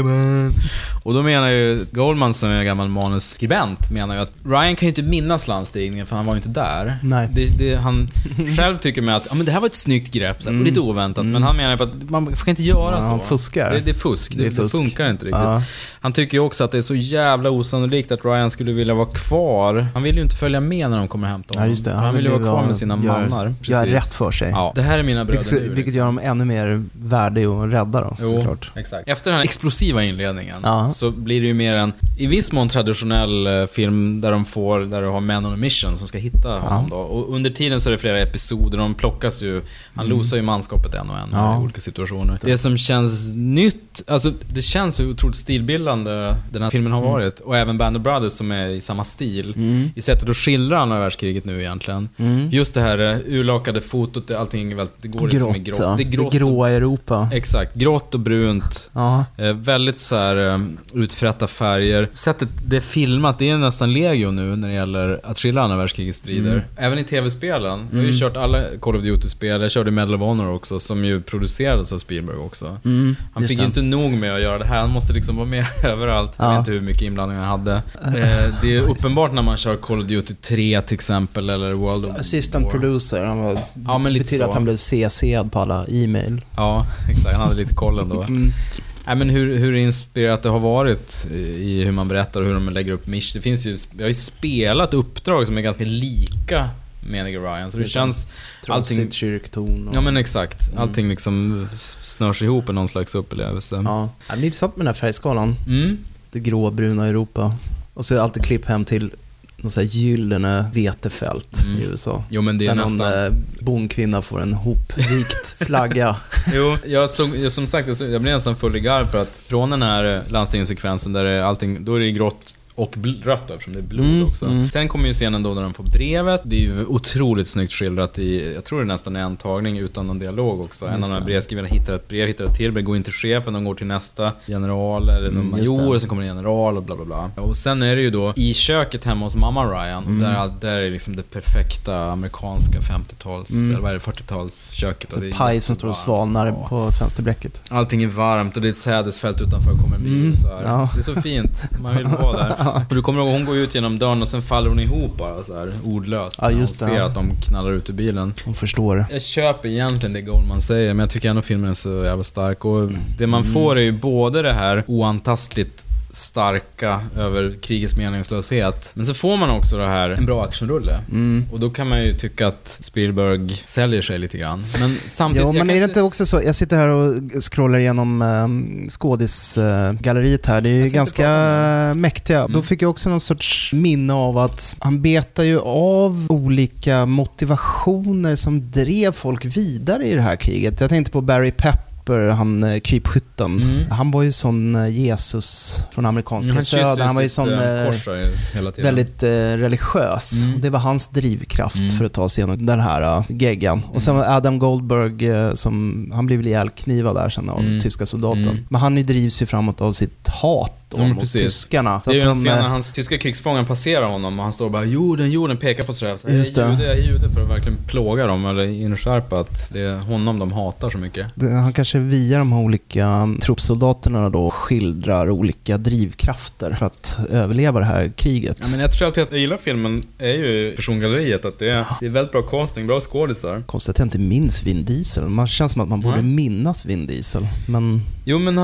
Och då menar ju Goldman, som är en gammal manusskribent, menar ju att Ryan kan ju inte minnas landstigningen för han var ju inte där. Nej. Han själv tycker med att men det här var ett snyggt grepp så här, och lite oväntat, men han menar på att man kan inte göra så. Han fuskar. Det är fusk. Det funkar inte riktigt. Han tycker ju också att det är så jävla osannolikt att Ryan skulle vilja vara kvar. Han vill ju inte följa med när de kommer hämta honom. Just det. Han vill ju vara kvar med sina mannar. Gör rätt för sig. Ja. Det här är mina bröder nu. Vilket gör dem ännu mer värdiga och rädda då, såklart. Exakt. Efter den här explosiva inledningen så blir det ju mer en i viss mån traditionell film där du har Man on a Mission som ska hitta honom då. Och under tiden så är det flera episoder, de plockas ju, han losar ju manskapet en och en i olika situationer. Det som känns nytt, alltså det känns ju otroligt stilbildande den här filmen har varit, och även Band of Brothers som är i samma stil i sättet att skildra andra världskriget nu egentligen. Just det här urlakade fotot, allting är väldigt, det går liksom i grått. Det gråa Europa. Exakt, grått och brunt. Väldigt så här utfrätta färger. Sättet det är filmat, det är nästan legio nu när det gäller att skildra andra världskrigets strider. Även i tv-spelen. Jag har ju kört alla Call of Duty-spel. Jag körde Medal of Honor också, som ju producerades av Spielberg också. Han fick inte nog med att göra det här. Han måste liksom vara med överallt. Jag vet inte hur mycket inblandning han hade. Det är uppenbart när man kör Call of Duty 3 till exempel, eller World of War. Assistant producer. Han var, men lite betyder så. Att han blev CC'ad på alla e-mail. Ja, exakt. Han hade lite koll ändå. Nej, men hur inspirerat det har varit i hur man berättar och hur de lägger upp mission. Det finns ju, jag har ju spelat uppdrag som är ganska lika med Ryan, så det känns allting kyrkton och... Ja, men exakt. Allting liksom snörs ihop i någon slags upplevelse. Ja, det är intressant med den här färgskalan. Det gråbruna Europa. Och så är det alltid klipp hem till någon sån här gyllene vetefält i USA. Jo, men det är där nästan... någon bondkvinna får en hopvikt flagga. Jo, jag som sagt, jag blir nästan full i garv för att från den här landstigningssekvensen där är allting, då är det grått och rött eftersom det är blod också. Sen kommer ju scenen då när de får brevet. Det är ju otroligt snyggt skildrat i, jag tror det är nästan en tagning utan någon dialog också. En av de här brevskrivarna hittar ett brev, hittar ett till brev, går in till chefen, de går till nästa general eller någon major, sen kommer en general och bla bla bla. Och sen är det ju då i köket hemma hos mamma Ryan, där är liksom det perfekta amerikanska 50-tals eller vad är det, 40-tals köket. Så paj som står och svalnar på fönsterbräcket. Allting är varmt och det är ett sädesfält utanför, kommer en bil så här. Det är så fint, man vill vara där. Och du kommer ihåg, hon går ut genom dörren och sen faller hon ihop bara så här ordlöst. Ja, just det. Och ser att de knallar ut ur bilen. Hon förstår. Jag köper egentligen det Goldman säger, men jag tycker ändå filmen är så jävla stark. Och det man får är ju både det här oantastligt starka över krigets meningslöshet. Men så får man också det här, en bra actionrulle. Och då kan man ju tycka att Spielberg säljer sig lite grann. Men samtidigt... Ja, men är det inte också så, jag sitter här och scrollar igenom skådisgalleriet här, det är ju ganska mäktiga. Då fick jag också någon sorts minne av att han betar ju av olika motivationer som drev folk vidare i det här kriget. Jag tänkte på Barry Pepper, han krypskytten. Han var ju sån Jesus från amerikanska södern. Han var ju sån väldigt religiös. Och det var hans drivkraft för att ta sig igenom den här geggan. Och sen var Adam Goldberg, som han blev ihjälknivad där sen av tyska soldaten. Men han drivs ju framåt av sitt hat mot tyskarna. Det är ju en scen när hans tyska krigsfången passerar honom och han står bara jorden pekar på sig. Just det. Jag är jude för att verkligen plåga dem eller inskärpa att det är honom de hatar så mycket. Han kanske via de här olika truppsoldaterna då skildrar olika drivkrafter för att överleva det här kriget. Ja, men jag tror alltid att jag gillar filmen är ju persongalleriet, att det är väldigt bra casting, bra skådisar. Konstigt att jag inte minns Vin Diesel. Man känns som att man borde minnas Vin Diesel. Men... Jo, men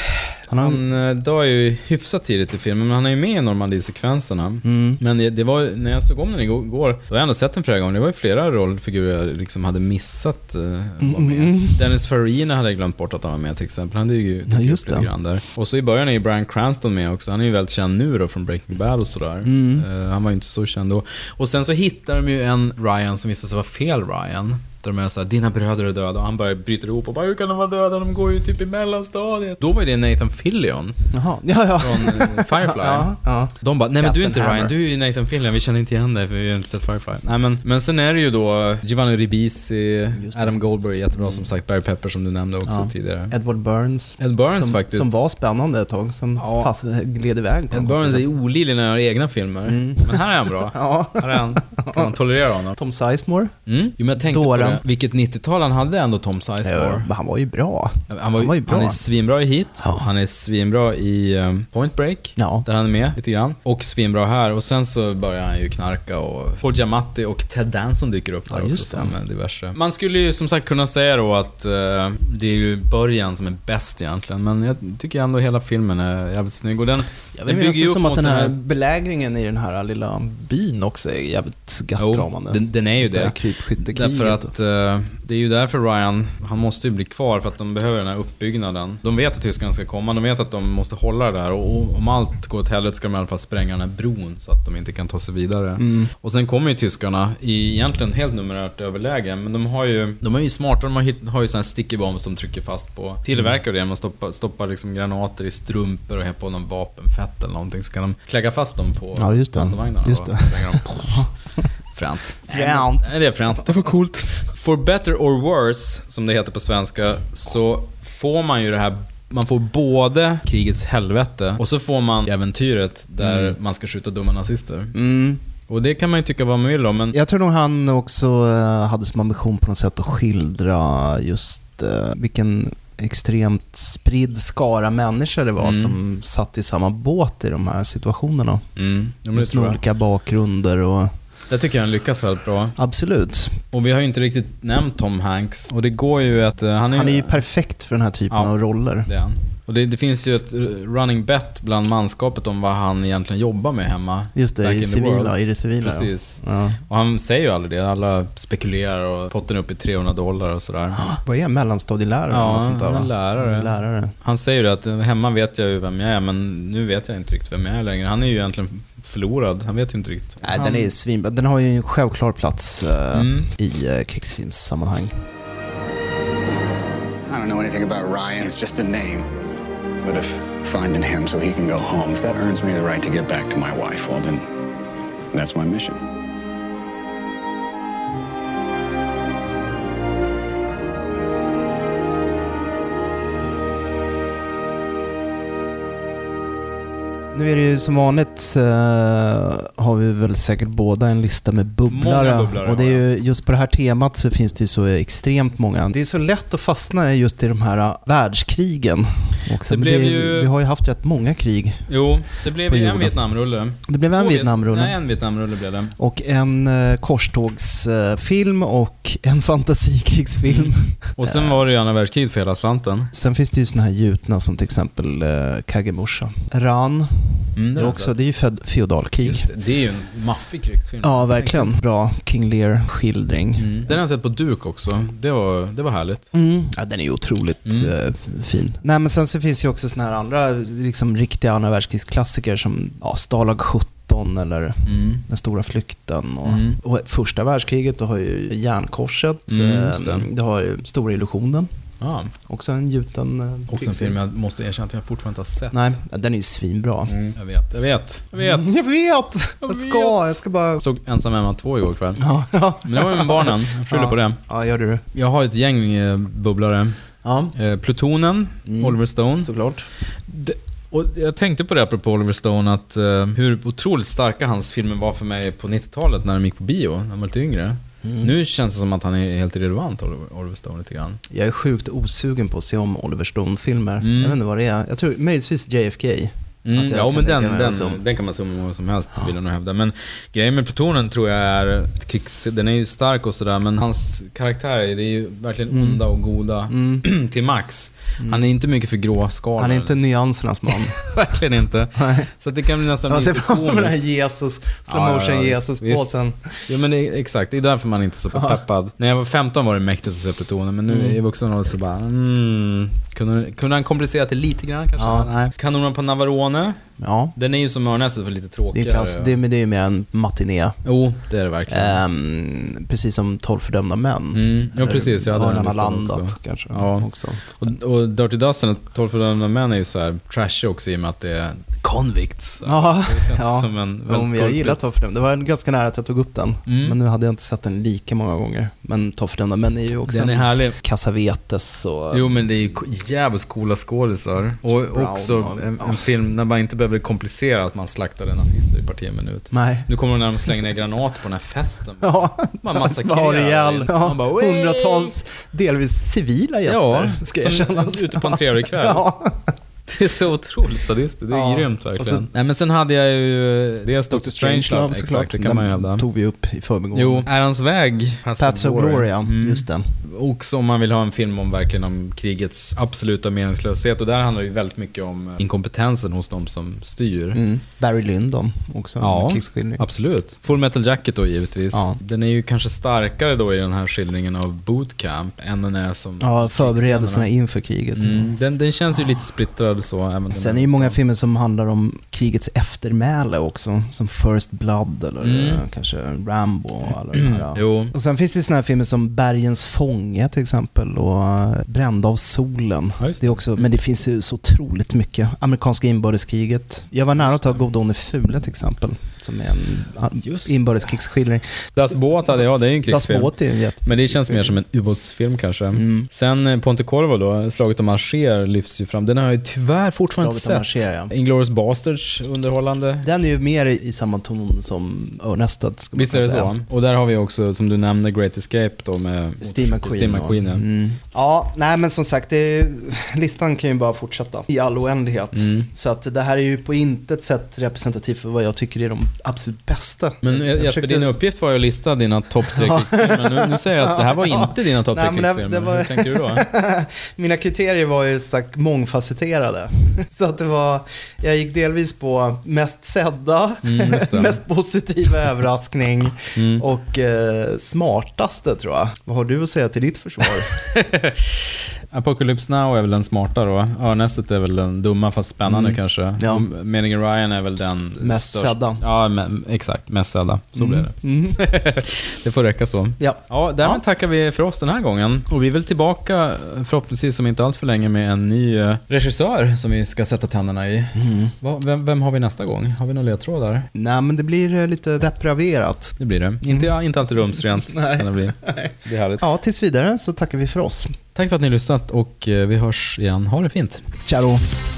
han dör ju hyfsat tidigt i filmen, men han är ju med i Normandie-sekvenserna. Men det var, när jag såg om den igår, då har jag ändå sett den flera gånger. Det var ju flera rollfigurer jag liksom hade missat var med. Dennis Farina hade jag glömt bort att han var med till exempel. Han är ju just lite grann där. Och så i början är ju Bryan Cranston med också. Han är ju väldigt känd nu då från Breaking Bad och sådär. Han var ju inte så känd då. Och sen så hittar de ju en Ryan som visade sig vara fel Ryan. Där de är såhär, dina bröder är döda. Och han bara bryter ihop och bara, hur kan de vara döda? De går ju typ i mellanstadiet. Då var ju det Nathan Fillion. Ja. Från Firefly. Ja. De bara, nej men du är inte Ryan, du är ju Nathan Fillion. Vi känner inte igen dig för vi har inte sett Firefly. Nej, men sen är det ju då Giovanni Ribisi, Adam Goldberg, jättebra som sagt, Barry Pepper som du nämnde också tidigare. Edward Burns som, faktiskt. Som var spännande ett tag, sen fast gled iväg. Ed Burns är olidlig när han har egna filmer. Men här är han bra. Här är han. Kan man tolerera honom. Tom Sizemore. Jo, men jag tänkte på det. Vilket 90-tal han hade ändå, Tom Sizemore. Han var ju bra. Han är svinbra i Heat. Han är svinbra i Point Break. Där han är med lite grann. Och svinbra här. Och sen så börjar han ju knarka. Och Paul Giamatti och Ted Danson dyker upp där också. Som diverse. Man skulle ju som sagt kunna säga då att det är ju början som är bäst egentligen. Men jag tycker ändå hela filmen är jävligt snygg. Och den bygger ju upp som att den här belägringen i den här lilla byn också är jävligt gastkramande. Den är ju det. Krypskyttekriget. Därför att det är ju därför Ryan, han måste ju bli kvar för att de behöver den här uppbyggnaden. De vet att tyskarna ska komma, de vet att de måste hålla det där och om allt går åt helvete ska de i alla fall spränga den här bron så att de inte kan ta sig vidare. Och sen kommer ju tyskarna i egentligen helt numerärt överläge, men de är ju smarta, de har ju sån här sticky bombs de trycker fast på. Tillverkar det, man stoppar liksom granater i strumpor och har på någon vapenfett eller någonting, så kan de klägga fast dem på pansarvagnarna och spränga dem på. Fränt. Nej, det är fränt. Det var coolt. For better or worse, som det heter på svenska, så får man ju det här. Man får både krigets helvete och så får man äventyret där man ska skjuta dumma nazister. Och det kan man ju tycka vad man vill om, men... Jag tror nog han också hade som ambition på något sätt att skildra just vilken extremt spridd skara människor det var som satt i samma båt i de här situationerna. Med olika bakgrunder och... Jag tycker han lyckas väldigt bra. Absolut. Och vi har ju inte riktigt nämnt Tom Hanks. Och det går ju att... Han är ju perfekt för den här typen av roller. Det är han. Och det finns ju ett running bet bland manskapet om vad han egentligen jobbar med hemma. Just det, i det civila. Precis. Ja. Och han säger ju aldrig det. Alla spekulerar och potten upp i $300 och sådär. Vad är mellanstadielärare? Ja, en lärare. Han säger ju att hemma vet jag ju vem jag är, men nu vet jag inte riktigt vem jag är längre. Han är ju egentligen förlorad. Han vet ju inte riktigt. Nej, den är svinbra. Den har ju en självklar plats i krigsfilmssammanhang. I don't know anything about Ryan. It's just a name. But if finding him so he can go home, if that earns me the right to get back to my wife, well then, that's my mission. Nu är det ju som vanligt har vi väl säkert båda en lista med bubblare. Och det är ju just på det här temat så finns det så extremt många. Det är så lätt att fastna just i de här världskrigen. Också. Vi har ju haft rätt många krig. Jo, det blev en Vietnamrulle. Det blev en Vietnamrulle. Nej, en Vietnamrulle blev det. Och en korstågsfilm och en fantasikrigsfilm. Och sen var det ju andra världskriget för hela slanten. Sen finns det ju såna här gjutna som till exempel Kagemusha. Ran. Det är ju feodalkrig. Det är ju en maffig krigsfilm. Ja, verkligen. Bra King Lear-skildring. Den har jag sett på duk också. Det var härligt. Ja, den är ju otroligt fin. Nej, men sen så finns ju också såna här andra liksom riktiga andra världskrigsklassiker som Stalag 17 eller Den stora flykten och första världskriget, då har ju Järnkorset, det har ju Stora illusionen. Också en gjuten också en film jag måste erkänna att jag fortfarande inte har sett. Nej, den är ju svinbra. Jag vet. Jag ska bara... såg Ensam Emma 2 igår kväll. Men jag var med barnen. Jag skyller på det. Ja, gör du. Jag har ett gäng bubblare. Plutonen, Oliver Stone. Såklart. Och jag tänkte på det apropå Oliver Stone, att hur otroligt starka hans filmer var för mig på 90-talet när de gick på bio, när de var lite yngre. Nu känns det som att han är helt irrelevant, Oliver Stone, lite grann. Jag är sjukt osugen på att se om Oliver Stone-filmer. Jag vet inte vad det är. Jag tror möjligtvis JFK. Ja, men den kan man se om som helst, vill jag nog hävda. Men grejen med Plutonen tror jag är den är ju stark och sådär, men hans karaktärer, det är ju verkligen onda och goda till max. Han är inte mycket för gråskal. Han är inte nyansernas man. Verkligen inte. Så att det kan bli nästan lite komiskt. Den här Jesus, slow motion Jesus på sen. Ja, men exakt, det är därför man inte är så peppad. När jag var 15 var det mäktigt att se Plutonen, men nu är jag vuxen och så bara kunde han komplicera det lite grann kanske? Nej. Kanonen på Navarone. Ja. Den är ju som Örnästet för lite tråkigare. Det är ju mer en matiné. Jo, det är det verkligen. Precis som 12 fördömda män. Ja, precis. Jag hade den landat också. Kanske. Ja. Också. Och Dirty Dozen, 12 fördömda män är ju så här trashy också i och med att det är convicts. Ja, det känns som en väldigt jag gillar 12 fördömda. Det var ganska nära att jag tog upp den. Men nu hade jag inte sett den lika många gånger. Men 12 fördömda män är ju också den är härlig. Cassavetes och... Jo, men det är ju jävligt coola skådisar. Och också en film när man inte behöver komplicera att man slaktade nazister i parti en minut. Nej. Nu kommer de när de slänger ner granater på den här festen. Man massakrerar. Man bara, hundratals delvis civila gäster, ska jag känna. Ute på en trevlig kväll. Det är så otroligt sadistiskt. Det är grymt verkligen. Sen, nej, men sen hade jag ju det Dr. Strangelove, exakt, det kan man ju hävda. Tog vi upp i förbigående. Jo, Ärans väg, Paths of Glory, just den. Också om man vill ha en film om verkligen om krigets absoluta meningslöshet, och där handlar det ju väldigt mycket om inkompetensen hos de som styr. Barry Lyndon också. Ja, absolut. Full Metal Jacket då givetvis. Ja. Den är ju kanske starkare då i den här skildringen av bootcamp än den är som... Ja, förberedelserna inför kriget. Den känns ju lite splittrad så. Även sen är ju många filmer som handlar om krigets eftermäle också, som First Blood eller kanske Rambo eller här. Jo. Och sen finns det såna här filmer som Bergens fånge till exempel och Brända av solen. Ja, det är också, men det finns ju så otroligt mycket. Amerikanska inbördeskriget. Jag var nära att ta God Donny Fule till exempel, som är en inbördeskrigsskildring. Das Boot hade jag, det är ju en krigsfilm. Das Boot är men det känns mer som en ubåtsfilm kanske. Sen Ponte Corvo då, Slaget om Alger lyfts ju fram. Den har jag ju tyvärr fortfarande inte sett. Alger, ja. Inglourious Bastards, underhållande. Den är ju mer i samma ton som Örnästet. Visst är det så. Och där har vi också, som du nämnde, Great Escape då med Steve McQueen. Ja, nej men som sagt, listan kan ju bara fortsätta i all oändlighet. Så att det här är ju på intet sätt representativt för vad jag tycker är de absolut bästa. Men Jesper, din uppgift var ju att lista dina topp 3 krigsfilmer. Nu säger jag att det här var inte dina topp 3 krigsfilmer. Hur tänker du då? Mina kriterier var ju sagt mångfacetterade. Så att det var, jag gick delvis på mest sedda, mest positiva överraskning och smartaste tror jag. Vad har du att säga till ditt försvar? Apocalypse Now är väl den smarta då. Örnästet är väl den dumma fast spännande kanske. Ja. Meningen Ryan är väl den mest sedda. Ja, exakt, mest sedda. Så blir det. Det får räcka så. Ja, därmed tackar vi för oss den här gången. Och vi är väl tillbaka förhoppningsvis som inte allt för länge med en ny regissör som vi ska sätta tänderna i. Vem har vi nästa gång? Har vi några ledtrådar? Nej, men det blir lite depraverat. Det blir det. Inte alltid rumsrent. Nej. Kan det bli. Det är härligt. Ja, tills vidare så tackar vi för oss. Tack för att ni har lyssnat och vi hörs igen. Ha det fint. Ciao.